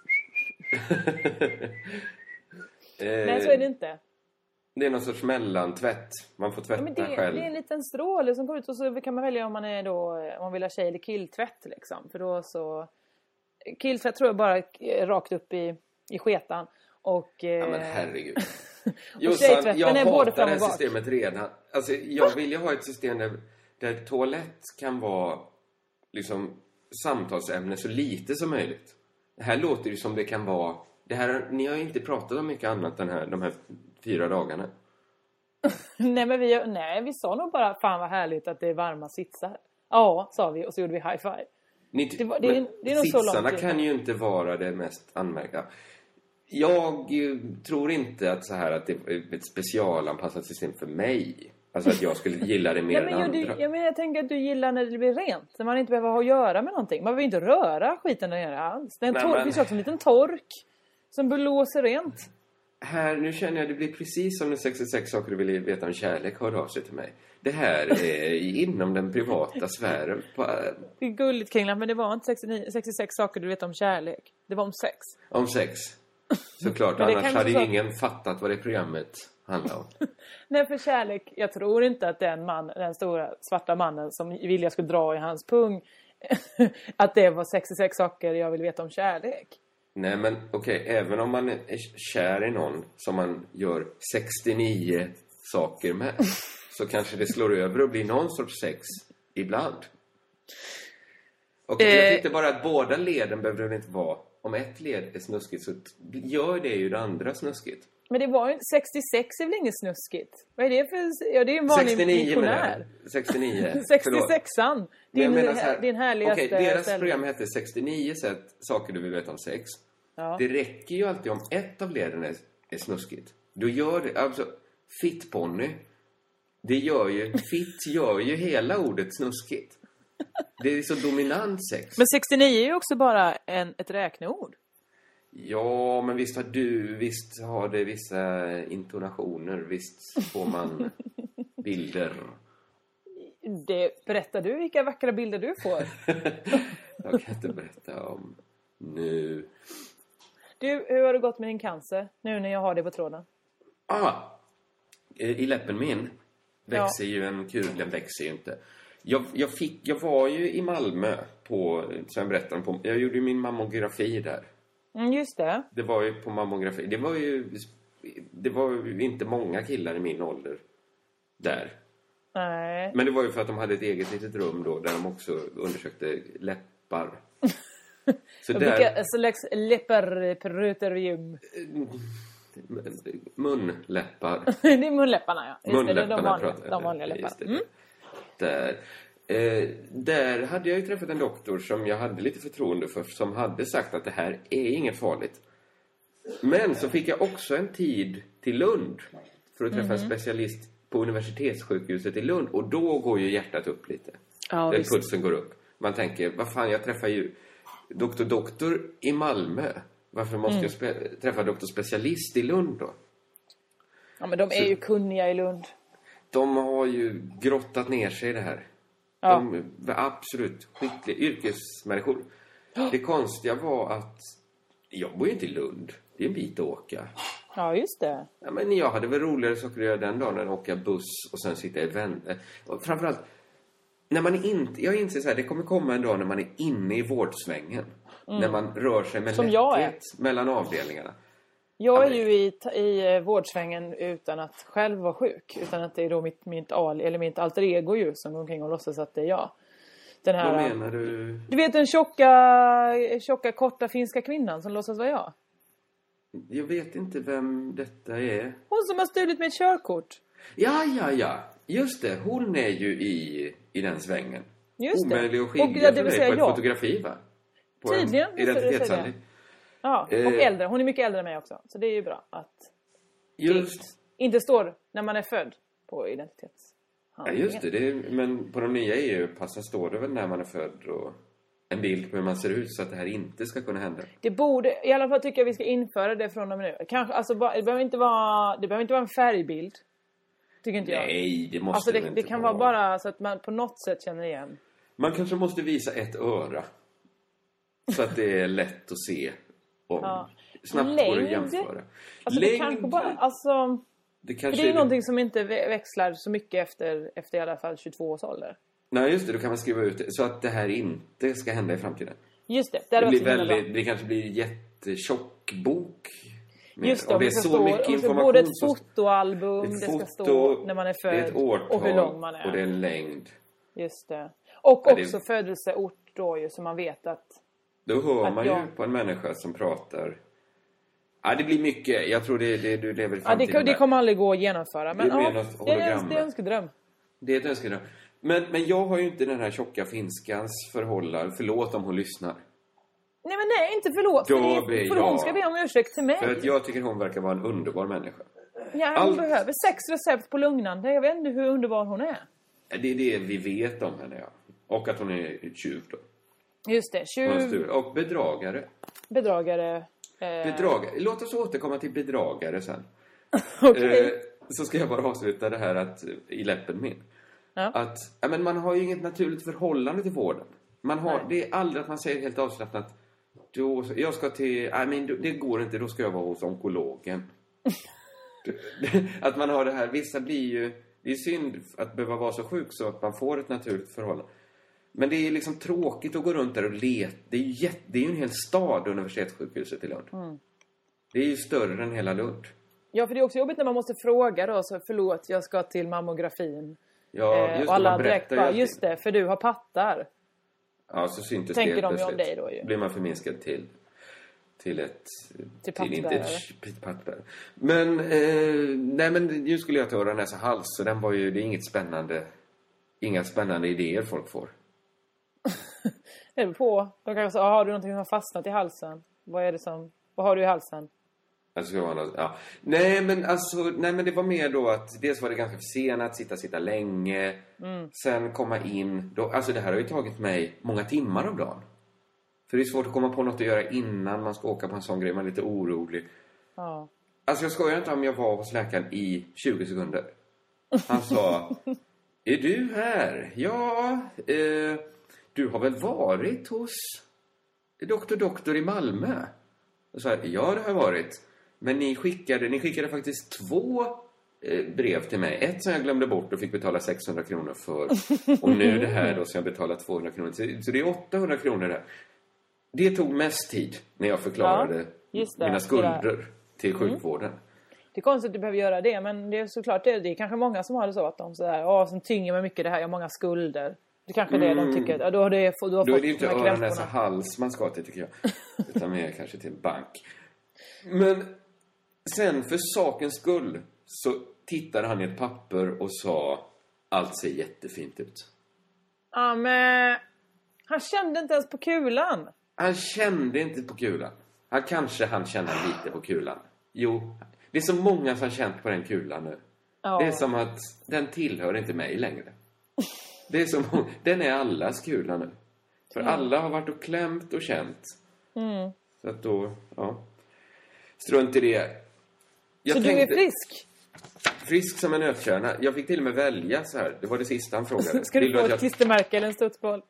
Nej, så är det inte. Det är någon sorts mellantvätt. Man får tvätta ja, men det, själv. Det är en liten stråle som går ut och så kan man välja om man är då, om man vill ha tjej- eller killtvätt liksom. För då så... Killtvätt tror jag bara rakt upp i, i sketan. Och... Ja men herregud. Jossan, jag hatar det här systemet redan. Alltså jag vill ju ha ett system där... Där toalett kan vara liksom samtalsämne så lite som möjligt. Det här låter ju som det kan vara... Det här, ni har ju inte pratat om mycket annat den här, de här fyra dagarna. nej, men vi, nej, vi sa nog bara, fan vad härligt att det är varma sitsar. Ja, sa vi, och så gjorde vi high five. Ni, det, var, det, är, det är nog så långt. Sitsarna kan ju inte vara det mest anmärkta. Jag tror inte att så här att det är ett specialanpassat system för mig. Alltså att jag skulle gilla det mer nej, men än jag, andra. Du, jag, menar, jag tänker att du gillar när det blir rent. När man inte behöver ha att göra med någonting. Man behöver inte röra skiten där nere alls. Det, nej, tor- men... det finns också en liten tork som blåser rent. Här, nu känner jag att det blir precis som när sextiosex saker du vill veta om kärlek hörde av sig till mig. Det här är inom den privata sfären. Det är gulligt, Kringland, men det var inte sextionio, sextiosex saker du vet om kärlek. Det var om sex. Om sex. Såklart, annars hade ju så... ingen fattat vad det programmet handlar om. Nej, för kärlek, jag tror inte att den man, den stora svarta mannen som Vilja skulle dra i hans pung, att det var sextiosex saker jag vill veta om kärlek. Nej, men okej, okay, även om man är kär i någon som man gör sextionio saker med, så kanske det slår över och blir någon sorts sex ibland. Och eh... jag tyckte bara att båda leden behöver det inte vara. Om ett led är snuskigt så gör det ju det andra snuskigt. Men det var ju sextiosex är väl inget snuskigt? Vad är det för... Ja, det är en vanlig missionär. sextionio. sextiosexan. Din, här, din härligaste... Okej, okay, deras ställe. Program heter sextionio sätt saker du vill veta om sex. Ja. Det räcker ju alltid om ett av leden är, är snuskigt. Då gör det... Alltså, fittponny. Det gör ju... Fitt gör ju hela ordet snuskigt. Det är så dominant sex. Men sextionio är ju också bara en, ett räkneord. Ja, men visst har du, visst har det vissa intonationer, visst får man bilder. Det, berättar du vilka vackra bilder du får? Jag kan inte berätta om nu. Du, hur har det gått med din cancer nu när jag har det på tråden? Ah, i läppen min växer ja. ju en kul, den växer ju inte. Jag, jag, fick, jag var ju i Malmö på, som jag berättade på, jag gjorde ju min mammografi där. Mm, just det. Det var ju på mammografi. Det var ju det var ju inte många killar i min ålder där. Nej. Men det var ju för att de hade ett eget litet rum då där de också undersökte läppar. Så där vilka slags läpparpruterium? Munläppar. Det är munläpparna, ja. Just munläpparna det, de vanliga, pratar, de vanliga läppar. Mm. Där Eh, där hade jag ju träffat en doktor som jag hade lite förtroende för, som hade sagt att det här är inget farligt. Men så fick jag också en tid till Lund för att träffa mm. en specialist på universitetssjukhuset i Lund. Och då går ju hjärtat upp lite. Ja, där pulsen går upp. Man tänker, vad fan, jag träffar ju doktor doktor i Malmö. Varför måste mm. jag spe- träffa doktor specialist i Lund då? Ja, men de är så, ju kunniga i Lund. De har ju grottat ner sig i det här. Ja. De var absolut skickliga yrkesmänniskor. Oh. Det konstiga var att jag bor ju inte i Lund. Det är en bit att åka. Ja, just det. Ja, men jag hade väl roligare saker att göra den dagen än att åka buss och sen sitta i vänta. Och framförallt, när man är inte, jag inser så här, det kommer komma en dag när man är inne i vårdsvängen. Mm. När man rör sig med lätthet mellan avdelningarna. Jag är ju i, i vårdsvängen utan att själv vara sjuk. Utan att det är då mitt, mitt, al, eller mitt alter ego ju som går omkring och låtsas att det är jag. Den här, vad menar du? Du vet den tjocka, tjocka, korta finska kvinnan som låtsas vara jag. Jag vet inte vem detta är. Hon som har stulit mitt körkort. Ja, ja, ja. Just det, hon är ju i, i den svängen. Just omöjlig det. att skilja för dig på ett fotografi, va? På tydligen. En identitetshandling. Ja, och eh, äldre. Hon är mycket äldre än mig också. Så det är ju bra att just det inte står när man är född på identitetshandlingen. Ja, just det. det är, men på de nya E U-passen står det väl när man är född och en bild på hur man ser ut så att det här inte ska kunna hända. Det borde, i alla fall tycker jag vi ska införa det från och med nu. Kanske, alltså, det behöver inte vara, det behöver inte vara en färgbild. Tycker inte jag. Nej, det måste alltså, det, det inte det kan vara. vara bara så att man på något sätt känner igen. Man kanske måste visa ett öra. Så att det är lätt att se. Om. Ja. Snabbt längd. Går att jämföra. Alltså längd. Det kanske bara, alltså, det, kanske för det är är någonting som inte växlar så mycket efter, efter i alla fall tjugotvå års ålder. Nej, just det. Då kan man skriva ut det. Så att det här inte ska hända i framtiden. Just det. Det, det, blir väldigt, det kanske blir jättetjock bok. Just det. Och det är så stå, mycket information. Både ett fotoalbum, ett det foto, ska stå när man är född. Det är ett årtal och hur lång man är. Och det är en längd. Just det. Och ja, också det... födelseort förstår ju, så man vet att... Då hör att man jag... ju på en människa som pratar... Ja, det blir mycket. Jag tror det, det, det, det är väl Ja, det, det kommer aldrig gå att genomföra. Men det, är ja, något det, är en, det är en önskedröm. Det är ett önskedröm. Men, men jag har ju inte den här tjocka finskans förhållare. Förlåt om hon lyssnar. Nej, men nej, inte förlåt. Då för, ber för jag. hon ska be om ursäkt till mig. För att jag tycker hon verkar vara en underbar människa. Ja, hon Allt... behöver sex recept på lugnande. Jag vet inte hur underbar hon är. Det är det vi vet om henne, ja. Och att hon är tjuv då. Just det, tjuv. Och bedragare. Bedragare. Eh... Bedragare. Låt oss återkomma till bedragare sen. Okej. Eh, så ska jag bara avsluta det här att, i läppen min. Ja. Att ja, men man har ju inget naturligt förhållande till vården. Man har, Nej. det är aldrig att man säger helt avslappnat då, jag ska till, nej men det går inte, då ska jag vara hos onkologen. Att man har det här, vissa blir ju, det är synd att behöva vara så sjuk så att man får ett naturligt förhållande. Men det är liksom tråkigt att gå runt där och leta. Det är ju, jätte, det är ju en hel stad, universitetssjukhuset i Lund. Mm. Det är ju större än hela Lund. Ja, för det är också jobbigt när man måste fråga då. Så förlåt, jag ska till mammografin. Ja, just eh, och alla man direkt bara, just det, för du har pattar. Ja, så syntes Tänker det de ju plötsligt. om dig då ju. Blir man förminskad till till ett till, till inte ett pattbärare. Men eh, nej men nu skulle jag ta öron, näsa, hals, så den var ju, det är inget spännande, inga spännande idéer folk får. Är du på? De kanske säger, har du någonting som har fastnat i halsen? Vad är det som, vad har du i halsen? Alltså, ja. Nej men alltså, nej men det var mer då att dels var det ganska försenat, sitta sitta länge, mm. sen komma in då, alltså det här har ju tagit mig många timmar om dagen. För det är svårt att komma på något att göra innan man ska åka på en sån grej, man är lite orolig. Ja. Alltså jag skojar inte om jag var hos läkaren i tjugo sekunder. Han sa, är du här? Ja, eh, du har väl varit hos doktor doktor i Malmö? Och så här, ja det har jag varit. Men ni skickade, ni skickade faktiskt två eh, brev till mig. Ett som jag glömde bort och fick betala sexhundra kronor för. Och nu det här då som jag betalar tvåhundra kronor. Så, så det är åttahundra kronor där. Det tog mest tid när jag förklarade ja, det, mina skulder till sjukvården. Mm. Det är konstigt att du behöver göra det, men det är såklart det, det är kanske många som har det så att de sådär, ja, som tynger med mycket det här, jag har många skulder. Det är kanske är mm. det de tycker, ja, då har, det, du har då fått är det inte öron, näsa, hals man ska till tycker jag. Utan mer kanske till en bank. Men sen för sakens skull så tittade han i ett papper och sa, allt ser jättefint ut. Ja, men han kände inte ens på kulan. Han kände inte på kulan. Han kanske han känner lite på kulan. Jo, det är så många som har känt på den kulan nu. Ja. Det är som att den tillhör inte mig längre. Det är som den är allas kula nu. För mm. alla har varit och klämt och känt. Mm. Så att då, ja. Strunt i det. Jag så tänkte, du är frisk? Frisk som en nötkärna. Jag fick till och med välja så här. Det var det sista han frågade. Ska du Vill få ett jag... klistermärke eller en studsboll?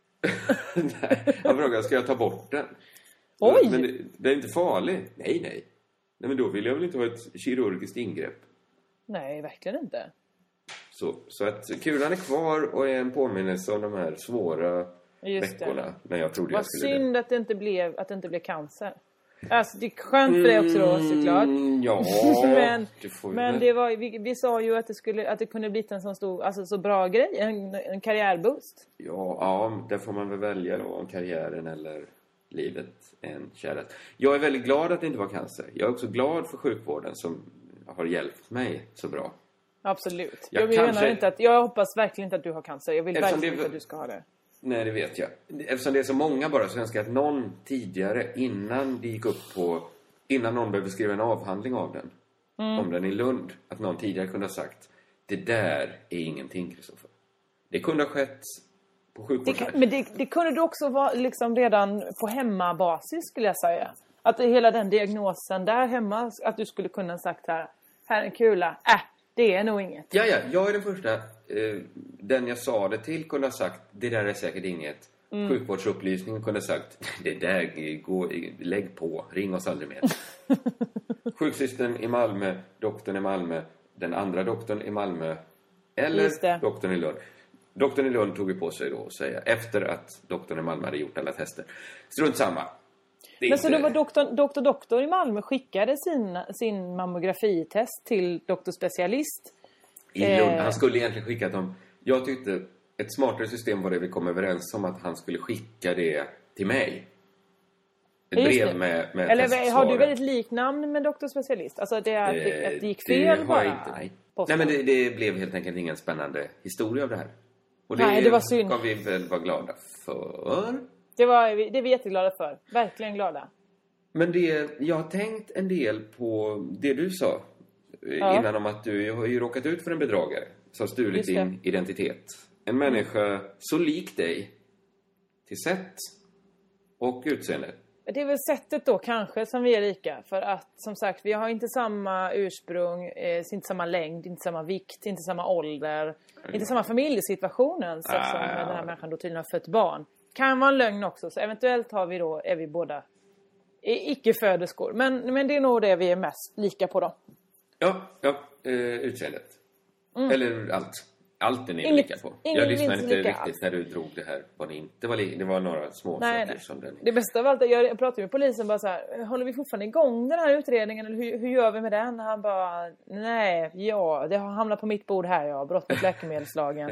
Nej, han frågade, ska jag ta bort den? Oj! Men det, det är inte farlig. Nej, nej. Nej, men då vill jag väl inte ha ett kirurgiskt ingrepp. Nej, verkligen inte. Så, så att kulan är kvar och är en påminnelse om de här svåra Just veckorna. Det. När jag trodde Vad jag skulle synd det. Att, det inte blev, att det inte blev cancer. Alltså, det är skönt för det också då, såklart. Mm, ja, men det får men med. det var, vi, vi sa ju att det, skulle, att det kunde bli en sån stor, alltså så bra grej. En, en karriärboost. Ja, ja, där får man väl välja då om karriären eller livet en kärlek. Jag är väldigt glad att det inte var cancer. Jag är också glad för sjukvården som har hjälpt mig så bra. Absolut. Jag, jag, kanske... menar inte att, jag hoppas verkligen inte att du har cancer. Jag vill Eftersom verkligen det... inte att du ska ha det. Nej, det vet jag. Eftersom det är så många bara så önskar jag att någon tidigare, innan det gick upp på... Innan någon behövde skriva en avhandling av den. Mm. Om den i Lund. Att någon tidigare kunde ha sagt, det där är ingenting, Kristoffer. Det kunde ha skett på sjukvårdsverket. Men det, det kunde du också vara liksom redan på hemmabasis, skulle jag säga. Att det, hela den diagnosen där hemma, att du skulle kunna ha sagt här, här är en kula. Äh, det är nog inget. Ja, ja, jag är den första. Eh, den jag sa det till kunde ha sagt, det där är säkert inget. Mm. Sjukvårdsupplysningen kunde ha sagt, det där, gå, lägg på, ring oss aldrig mer. Sjuksystern i Malmö, doktorn i Malmö, den andra doktorn i Malmö, eller doktorn i Lund. Doktorn i Lund tog ju på sig då att säga, efter att doktorn i Malmö hade gjort alla tester. Strunt samma. Men inte... så då var doktor, doktor doktor i Malmö skickade sin, sin mammografitest till doktorspecialist? I Lund. Eh... Han skulle egentligen skicka dem. Jag tyckte ett smartare system var det vi kom överens om, att han skulle skicka det till mig. Ett Just brev det. med, med Eller testsvaren. har du väldigt liknamn med doktorspecialist? Alltså det, är, det, Eh, att det gick det fel har bara? jag inte, nej. Nej, men det, det blev helt enkelt ingen spännande historia av det här. Och det, Nej, det var synd. ska vi väl vara glada för. Det, var, det är vi jätteglada för. Verkligen glada. Men det, jag har tänkt en del på det du sa Ja. innan, om att du har ju råkat ut för en bedragare som stulit Just det. din identitet. En människa så lik dig till sätt och utseende. Det är väl sättet då kanske som vi är lika. För att som sagt, vi har inte samma ursprung, eh, inte samma längd, inte samma vikt, inte samma ålder. Mm. Inte samma familjesituationen så Ah. som den här människan då tydligen har fött barn. Kan vara en lögn också. Så eventuellt har vi då, är vi båda icke-föderskor. Men, men det är nog det vi är mest lika på då. Ja, ja eh, utseendet. Mm. Eller allt. Allt är ni Inget- lika på. inget Jag lyssnade inte inte lika riktigt alls. när du drog det här. Var ni inte var li- det var några små Nej, saker nej. som den. Det bästa av allt är, jag, jag pratade med polisen bara så här, håller vi fortfarande igång den här utredningen eller hur, hur gör vi med den? Han bara, nej, ja, det har hamnat på mitt bord här, ja, brott mot läkemedelslagen.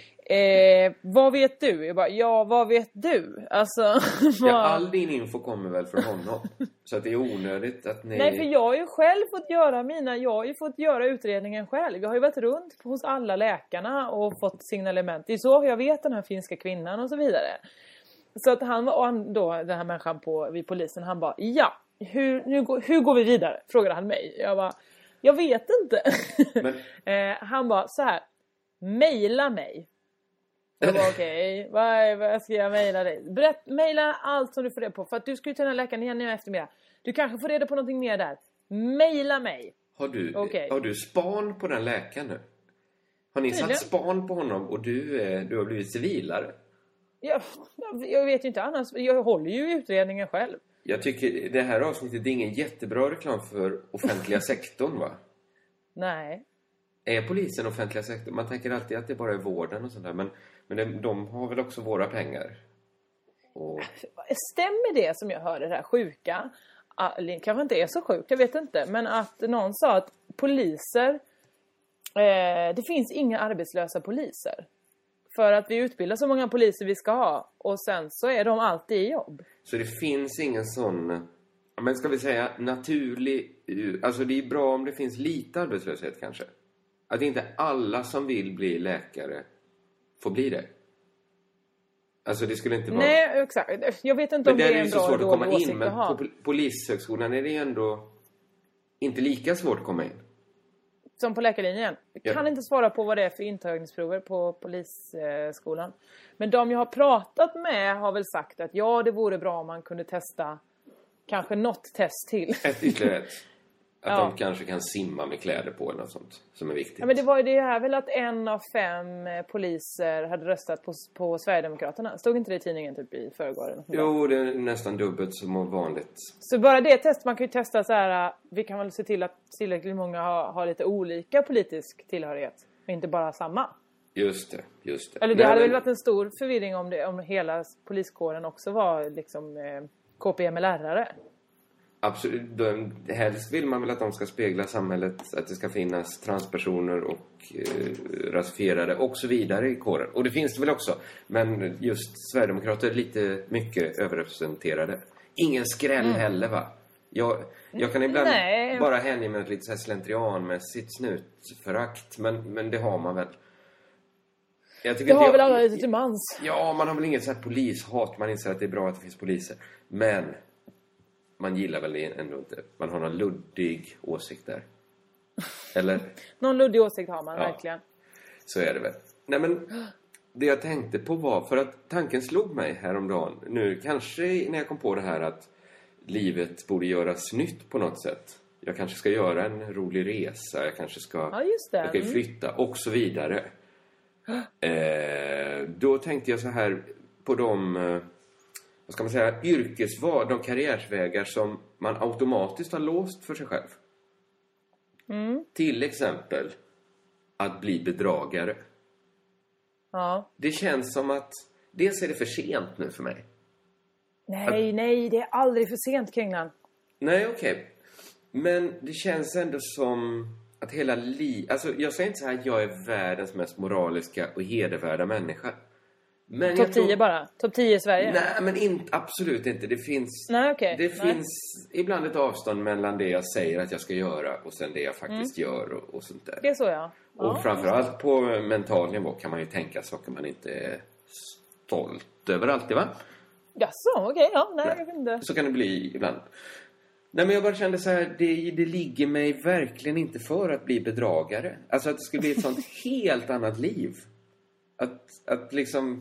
eh, vad vet du? Jag bara, ja, vad vet du? Alltså, Ja, all din info kommer väl från honom. Så att det är onödigt att ni... nej, för jag har ju själv fått göra mina, jag har ju fått göra utredningen själv. Jag har ju varit runt hos alla läkarna och fått signalement. Det är så jag vet den här finska kvinnan och så vidare. Så att han, och han då, den här människan på, vid polisen, han bara, ja, hur, nu, går- hur går vi vidare? Frågade han mig. Jag bara, jag vet inte. Men, eh, han bara, så här, mejla mig. Jag bara, okej, vad, vad ska jag mejla dig? Berätt, mejla allt som du får reda på. För att du ska ju till den här läkaren igen nu eftermiddag. Du kanske får reda på någonting mer där. Mejla mig. har, du, Okej. har du span på den läkaren nu? Har ni Tydligen. satt span på honom och du, eh, du har blivit civilare? Jag, jag, jag vet ju inte annars. Jag håller ju i utredningen själv. Jag tycker det här avsnittet är ingen jättebra reklam för offentliga sektorn, va? Nej. Är polisen offentliga sektorn? Man tänker alltid att det bara är vården och sånt där. Men, men de, de har väl också våra pengar? Och... Stämmer det som jag hörde det här sjuka? Eller kanske inte är så sjukt, jag vet inte. Men att någon sa att poliser... Eh, det finns inga arbetslösa poliser. För att vi utbildar så många poliser vi ska ha. Och sen så är de alltid i jobb. Så det finns ingen sån... Men ska vi säga naturlig... Alltså det är bra om det finns lite arbetslöshet kanske. Att inte alla som vill bli läkare får bli det. Alltså det skulle inte vara... Nej, exakt. Jag vet inte Men om det där är är en det så bra svårt att dålig komma åsikt in. Men att ha. på pol- polishögskolan är det ändå inte lika svårt att komma in. Som på läkarlinjen. Jag Ja. kan inte svara på vad det är för intagningsprover på polisskolan. Men de jag har pratat med har väl sagt att ja, det vore bra om man kunde testa kanske något test till. Ett ytterligare ett. Att Ja. de kanske kan simma med kläder på eller något sånt som är viktigt. Ja, men det var ju det här väl att en av fem eh, poliser hade röstat på, på Sverigedemokraterna. Stod inte det i tidningen typ i förrgår? eller något sånt där? Jo, det är nästan dubbelt som vanligt. Så bara det test, man kan ju testa så här. Vi kan väl se till att tillräckligt många har, har lite olika politisk tillhörighet. Och inte bara samma. Just det, just det. Eller det Nej, hade men- väl varit en stor förvirring om, det, om hela poliskåren också var liksom eh, K P M L-are. Absolut. De, helst vill man väl att de ska spegla samhället, att det ska finnas transpersoner och eh, rasifierade och så vidare i kåren. Och det finns det väl också. Men just Sverigedemokrater är lite mycket överrepresenterade. Ingen skräll Mm. heller, va? Jag, jag kan ibland Nej. bara hänge mig åt lite så här slentrianmässigt snutförakt. Men, men det har man väl. Jag tycker Det att har jag- väl alla lite till mans. Ja, man har väl inget så här polishat. Man inser att det är bra att det finns poliser. Men man gillar väl det ändå inte. Man har någon luddig åsikt där. Eller? Någon luddig åsikt har man Ja. verkligen. Så är det väl. Nej, men det jag tänkte på var... För att tanken slog mig häromdagen. Nu kanske när jag kom på det här att livet borde göras nytt på något sätt. Jag kanske ska göra en rolig resa. Jag kanske ska... Ja, just det. Jag ska ju Mm. flytta och så vidare. Eh, då tänkte jag så här på de, eh, vad ska man säga, yrkesval, de karriärsvägar som man automatiskt har låst för sig själv. Mm. Till exempel att bli bedragare. Ja. Det känns som att dels är det för sent nu för mig. Nej, nej, det är aldrig för sent, Kringlan. Nej, okej. Men det känns ändå som... att hela li... Alltså jag säger inte så här att jag är världens mest moraliska och hedervärda människa. Topp tio tror... bara? Topp tio i Sverige? Nej, men inte, absolut inte. Det finns, Nej, okay. det Nej. finns ibland ett avstånd mellan det jag säger att jag ska göra och sen det jag faktiskt mm. gör och, och sånt där. Det är så, ja. Och ja, framförallt på mental nivå kan man ju tänka saker man inte är stolt över alltid, va? Jaså, okej, okay, ja. Nej, Nej. Jag vet inte. Så kan det bli ibland. Nej, men jag bara kände så här, det, det ligger mig verkligen inte för att bli bedragare. Alltså att det skulle bli ett sånt helt annat liv. Att, att liksom...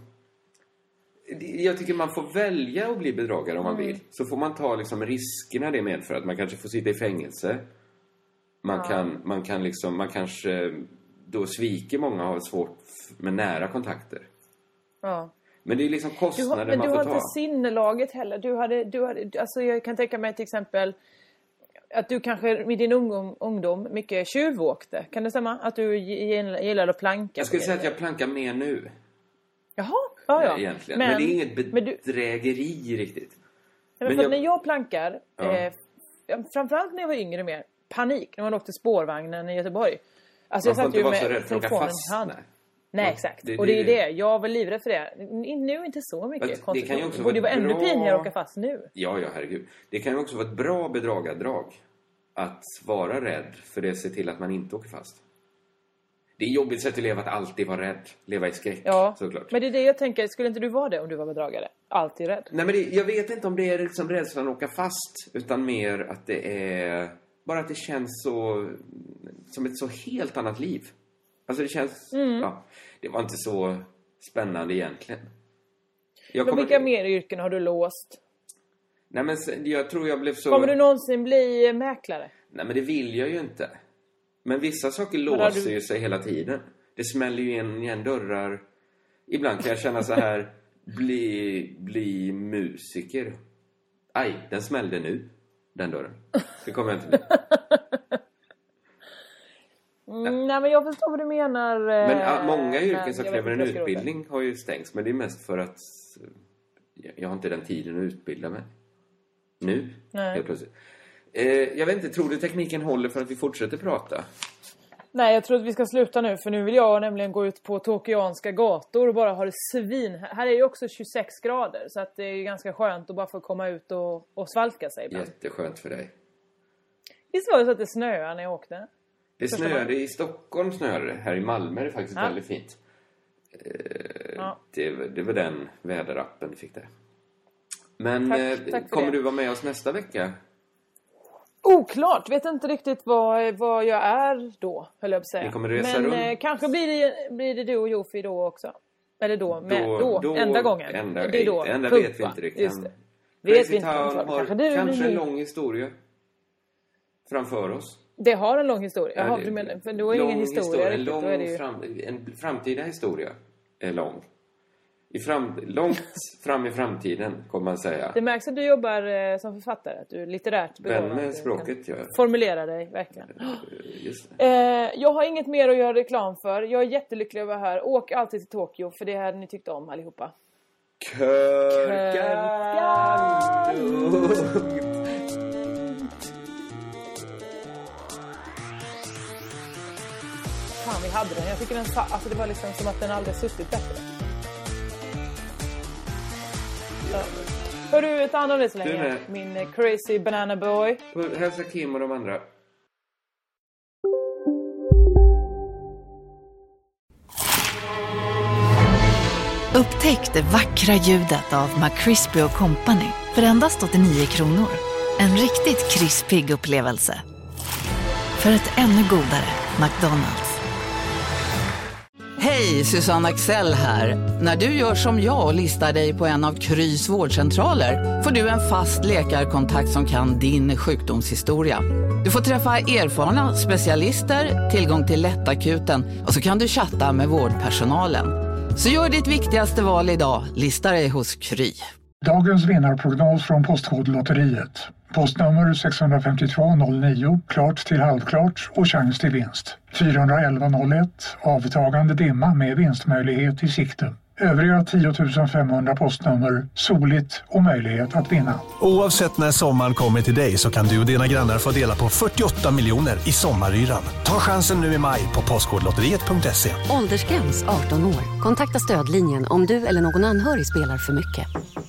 Jag tycker man får välja att bli bedragare om man vill. Så får man ta liksom riskerna det medför. Att man kanske får sitta i fängelse. Man, ja. kan, man kan liksom, man kanske då sviker många har svårt med nära kontakter. Ja. Men det är liksom kostnader du, men man får ta. Men du har inte sinnelaget heller. Du hade, du hade, alltså jag kan tänka mig till exempel att du kanske med din ungdom, ungdom mycket tjuvåkte. Kan det stämma? Att du gillar att planka? Jag skulle säga att jag plankar mer nu. Jaha, ja, ja. Egentligen. Men, men det är inget bedrägeri du, riktigt. Men, men för jag, när jag plankar, ja. eh, framförallt när jag var yngre mer, panik när man åkte spårvagnen i Göteborg. Alltså man jag satt ju med telefonen i hand. Nej, Nej exakt. Det, det, och det är det. Jag var livrädd för det. Nu inte så mycket. Det kan ju också borde vara vara ännu bra... pinigare att åka fast nu. Ja, ja, herregud. Det kan ju också vara ett bra bedragardrag. Att vara rädd för det ser till att man inte åker fast. Det är jobbigt sätt att leva att alltid vara rädd. Leva i skräck, ja, såklart. Men det är det jag tänker. Skulle inte du vara det om du var bedragare? Alltid rädd. Nej, men det, jag vet inte om det är liksom rädslan att åka fast. Utan mer att det är... Bara att det känns så... Som ett så helt annat liv. Alltså det känns... Mm. Ja, det var inte så spännande egentligen. Jag men vilka mer yrken har du låst? Nej, men jag tror jag blev så... Kommer du någonsin bli mäklare? Nej, men det vill jag ju inte. Men vissa saker låser du... ju sig hela tiden. Det smäller ju igen, igen dörrar. Ibland kan jag känna så här... bli, bli musiker. Aj, den smällde nu. Den dörren. Det kommer jag inte bli. Mm, nej, men jag förstår vad du menar. Men äh, många yrken som kräver en utbildning har ju stängts. Men det är mest för att jag har inte den tiden att utbilda mig. Nu, nej. Helt plötsligt. Eh, jag vet inte, tror du tekniken håller för att vi fortsätter prata? Nej, jag tror att vi ska sluta nu. För nu vill jag nämligen gå ut på tokianska gator och bara ha det svin. Här är ju också tjugosex grader. Så att det är ganska skönt att bara få komma ut och, och svalka sig ibland. Jätteskönt för dig. Visst var det så att det snöade när jag åkte? Det snöade i Stockholm, snöade. Här i Malmö är det faktiskt ja. väldigt fint. Eh, ja. det, det var den väderappen vi fick där. Men tack, eh, tack kommer det. du vara med oss nästa vecka? Oklart, vet inte riktigt vad, vad jag är då, höll jag på att säga. Vi kommer resa Men runt. Eh, kanske blir det, blir det du och Jofi då också. Eller då, med, då, då, då enda gången. Enda, det är då, enda pumpa. vet vi inte riktigt. Just det. Vet vet vi inte har kanske, det kanske en det. lång historia framför oss. Det har en lång historia. Ja, Jaha, det, du menar, för då är ingen historia, historia riktigt. En, lång då är det ju... fram, en framtida historia är lång. I fram, långt fram i framtiden, kommer man säga. Det märks att du jobbar eh, som författare. Att du är litterärt begåvad. Vän med språket, ja. Formulera dig, verkligen. Just det. Eh, jag har inget mer att göra reklam för. Jag är jättelycklig över här. Åk alltid till Tokyo, för det är här ni tyckte om allihopa. Körkan! Fan, vi hade den. Jag tycker den sa- alltså det var liksom som att den aldrig suttit bättre. Ja. Hör du, ta hand om det så länge. Min uh, crazy banana boy. Hälsa Kim och de andra. Upptäck det vackra ljudet av McCrispy och Company för endast åttionio kronor. En riktigt krispig upplevelse. För ett ännu godare McDonald's. Hej, Susanne Axel här. När du gör som jag och listar dig på en av Krys vårdcentraler får du en fast läkarkontakt som kan din sjukdomshistoria. Du får träffa erfarna specialister, tillgång till lättakuten och så kan du chatta med vårdpersonalen. Så gör ditt viktigaste val idag, lista dig hos Kry. Dagens vinnarprognos från Postkodlotteriet. Postnummer sex fem två noll nio, klart till halvklart och chans till vinst. fyra ett ett noll ett, avtagande dimma med vinstmöjlighet i sikte. Övriga tio tusen femhundra postnummer soligt och möjlighet att vinna. Oavsett när sommaren kommer till dig så kan du och dina grannar få dela på fyrtioåtta miljoner i sommaryran. Ta chansen nu i maj på postkodlotteriet punkt se. Åldersgräns arton år. Kontakta stödlinjen om du eller någon anhörig spelar för mycket.